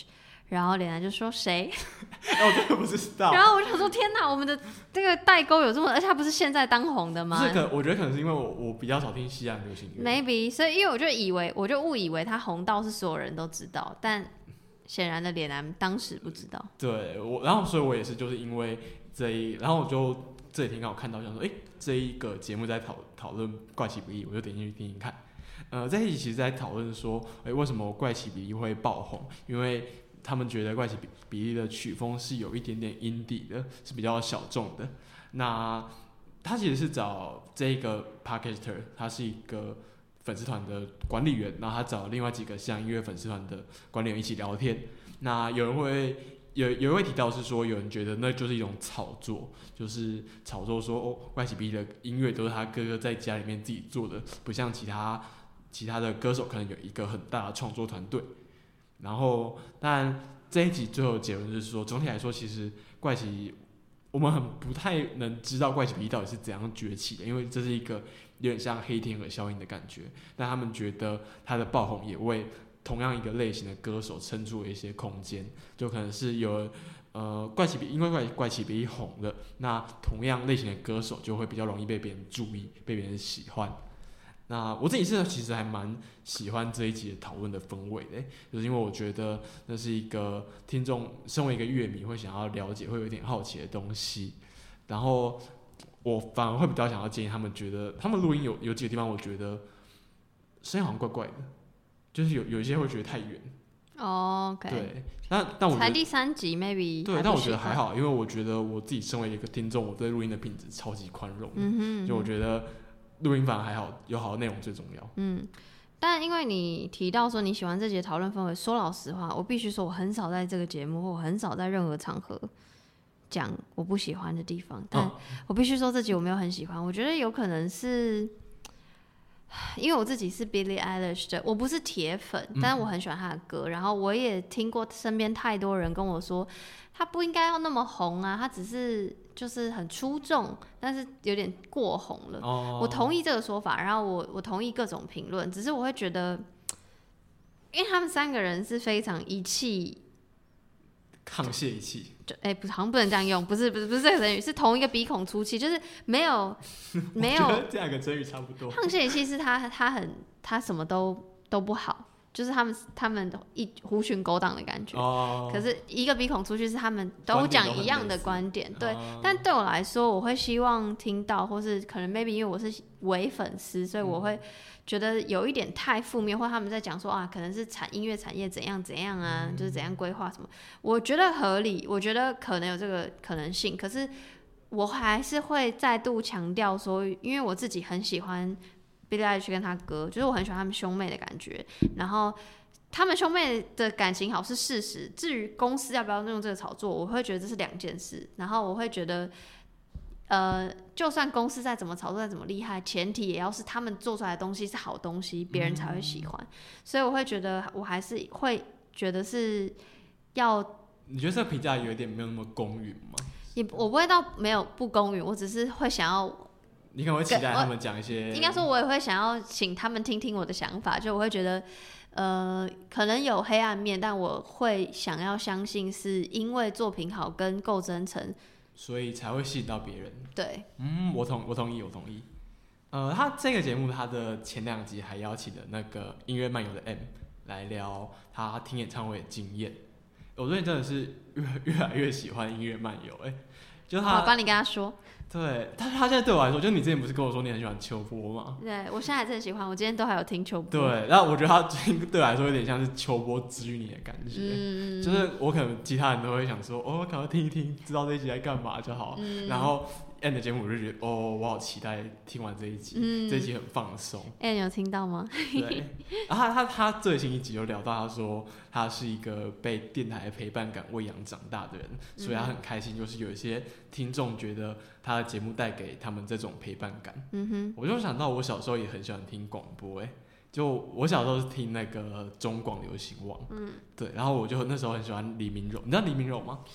然后脸男就说谁？ 哎，我真的不知道。 然后我就想说天哪，我们的这个代沟有这么，而且他不是现在当红的吗？ 不是，可我觉得可能是因为我我比较少听西洋流行乐 ，maybe， 所以因为我就以为我就误以为他红到是所有人都知道，但显然的脸男当时不知道。 对我，然后所以我也是就是因为这一，然后我就这几天刚好看到，想说，哎、欸，这一个节目在讨讨论怪奇比利，我就点进去听听看。呃，这一集其实在讨论说，哎、欸，为什么怪奇比利会爆红？因为他们觉得怪奇比利的曲风是有一点点 indie 的，是比较小众的。那他其实是找这个 podcaster， 他是一个粉丝团的管理员，然后他找另外几个像音乐粉丝团的管理员一起聊天。那有人会有有人会提到是说，有人觉得那就是一种炒作，就是炒作说哦，怪奇比利的音乐都是他哥哥在家里面自己做的，不像其他其他的歌手可能有一个很大的创作团队。然后，但这一集最后的结论就是说，总体来说，其实怪奇我们很不太能知道怪奇比利到底是怎样崛起的，因为这是一个有点像黑天鹅效应的感觉。但他们觉得他的爆红也为同样一个类型的歌手撑出了一些空间，就可能是有呃怪奇比因为怪怪奇比利红了，那同样类型的歌手就会比较容易被别人注意，被别人喜欢。那我自己是其实还蛮喜欢这一集的讨论的氛围的，就是因为我觉得那是一个听众身为一个乐迷会想要了解、会有一点好奇的东西，然后我反而会比较想要建议他们，觉得他们录音有有几个地方，我觉得声音好像怪怪的，就是有有一些会觉得太远。 哦 ，OK， 对，但但我觉得才第三集 maybe 对，但我觉得还好，因为我觉得我自己身为一个听众，我对录音的品质超级宽容的，嗯哼嗯哼，就我觉得。录音反而还好，有好的内容最重要。 嗯，但因为你提到说你喜欢这节讨论氛围，说老实话，我必须说我很少在这个节目，或我很少在任何场合讲我不喜欢的地方。但我必须说这集我没有很喜欢，我觉得有可能是因为我自己是 Billie Eilish 的，我不是铁粉，但是我很喜欢她的歌，然后我也听过身边太多人跟我说，她不应该要那么红啊，她只是。就是很出众，但是有点过红了。哦、我同意这个说法，然后我我同意各种评论，只是我会觉得，因为他们三个人是非常一气沆瀣一气， 就哎、欸，不，好像不能这样用，不是不是不是这个成语，是同一个鼻孔出气，就是没有没有， 我觉得这两个成语差不多。 沆瀣一气是他他很他什么都都不好。就是他们他们一狐群狗党的感觉，哦、可是一个鼻孔出去是他们都讲一样的观点，对。哦、但对我来说，我会希望听到，或是可能 maybe 因为我是伪粉丝，所以我会觉得有一点太负面，或他们在讲说啊，可能是产音乐产业怎样怎样啊，嗯、就是怎样规划什么，我觉得合理，我觉得可能有这个可能性，可是我还是会再度强调说，因为我自己很喜欢。Billie Eilish 跟他哥，就是我很喜欢他们兄妹的感觉，然后他们兄妹的感情好是事实，至于公司要不要用这个炒作，我会觉得这是两件事，然后我会觉得，呃，就算公司再怎么炒作再怎么厉害，前提也要是他们做出来的东西是好东西，别人才会喜欢，嗯、所以我会觉得我还是会觉得是要。 你觉得这个评价有点没有那么公允吗？ 也我不会到没有不公允，我只是会想要。 你可能会期待他们讲一些， 应该说，我也会想要请他们听听我的想法，就我会觉得，呃，可能有黑暗面，但我会想要相信是因为作品好跟够真诚， 所以才会吸引到别人。 对， 嗯，我同我同意，我同意。呃，他这个节目他的前两集还邀请了那个音乐漫游的 M 来聊他听演唱会的经验，我最近真的是越越来越喜欢音乐漫游，哎、欸，就他， 我帮你跟他说。 对，他他现在对我来说，就你之前不是跟我说你很喜欢秋波吗？ 对，我现在还是很喜欢，我今天都还有听秋波。 对，然后我觉得他最近对我来说有点像是秋波治愈你的感觉，嗯、就是我可能其他人都会想说，哦，赶快听一听，知道这一集在干嘛就好。嗯、然后 N 的节目我就觉得，哦，我好期待听完这一集，嗯、这一集很放松。 N 有听到吗？ 对，然后他他他最新一集有聊到，他说他是一个被电台的陪伴感喂养长大的人，所以他很开心，就是有一些听众觉得他的节目带给他们这种陪伴感。嗯哼，我就想到我小时候也很喜欢听广播，哎，就我小时候是听那个中广流行网，嗯，对，然后我就那时候很喜欢黎明柔，你知道黎明柔吗？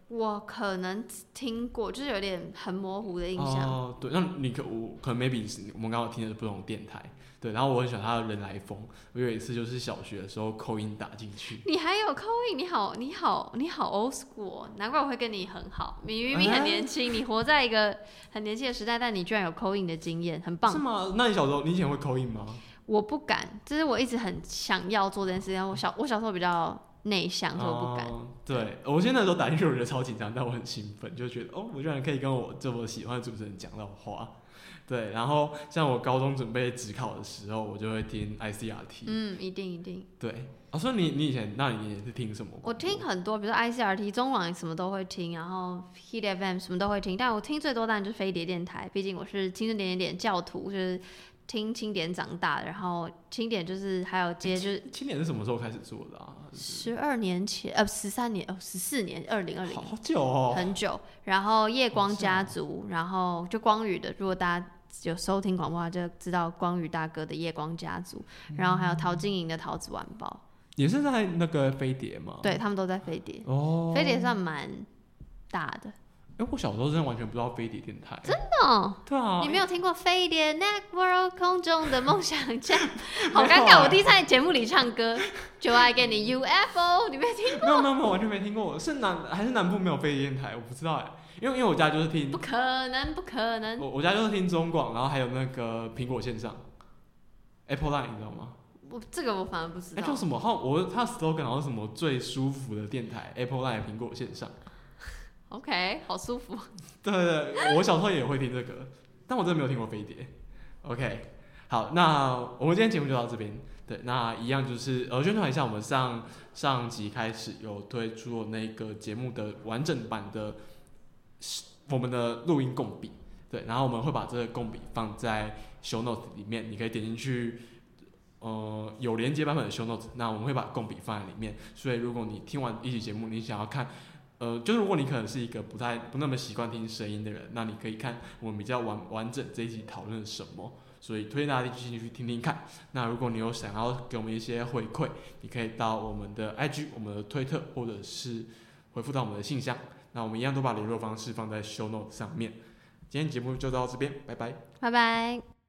我可能听过，就是有点很模糊的印象。 哦，对，那你可我可能 maybe 是我们刚刚听的是不同的电台，对，然后我很喜欢他的人来疯。我有一次就是小学的时候扣音打进去。 你还有扣印，你好，你好，你好 old school，难怪我会跟你很好。你明明很年轻，你活在一个很年轻的时代，但你居然有扣印的经验，很棒。 是吗？那你小时候，你以前会扣印吗？ 我不敢，就是我一直很想要做这件事情。我小我小时候比较内向，所以我不敢。 哦、对，我现在那时候打进去，我觉得超紧张，但我很兴奋，就觉得哦，我居然可以跟我这么喜欢的主持人讲到话。对，然后像我高中准备指考的时候，我就会听 I C R T。 嗯，一定一定。 对，啊，所以你你以前，那你也是听什么？ 我听很多，比如说 I C R T、中网什么都会听，然后 Hit F M 什么都会听，但我听最多当然就是飞碟电台，毕竟我是青春点点点教徒，就是听清点长大的。然后清点就是还有接就是清点是什么时候开始做的啊？ 十二年前，呃，十三年，哦，十四年，二零二零， 好久哦， 很久。然后夜光家族，然后就光宇的，如果大家有收听广播的话，就知道光宇大哥的夜光家族，然后还有陶晶莹的陶子晚报， 也是在那个飞碟吗？ 对，他们都在飞碟。 哦， 飞碟算蛮大的。 哎、欸，我小时候真的完全不知道飞碟电台。 真的、哦？ 对啊。 你没有听过飞碟 Network 空中的梦想家？好尴尬，我第一次在节目里唱歌，就爱给你 U F O， 你没听过？ 没有没有没有，完全没听过。是南还是南部没有飞碟电台？我不知道哎。因为因为我家就是听， 不可能不可能。 我我家就是听中广，然后还有那个苹果线上 ，Apple Line， 你知道吗？ 我这个我反而不知道。 哎、欸，就什么？他我他 slogan 好像什么最舒服的电台 ，Apple Line 苹果线上。 OK， 好舒服。 对对对，我小时候也会听这个，但我真的没有听过飞碟。OK， 好，那我们今天节目就到这边。对，那一样就是呃宣传一下，我们上上集开始有推出那个节目的完整版的我们的录音共笔。对，然后我们会把这个共笔放在 show notes 里面，你可以点进去。呃，有连接版本的 show notes， 那我们会把共笔放在里面。所以如果你听完一期节目，你想要看。呃，就是如果你可能是一个不太不那么习惯听声音的人，那你可以看我们比较完完整这一集讨论了什么，所以推荐大家进去听听看。那如果你有想要给我们一些回馈，你可以到我们的 I G、我们的推特，或者是回复到我们的信箱。那我们一样都把联络方式放在 show note 上面。今天节目就到这边，拜拜， 拜拜。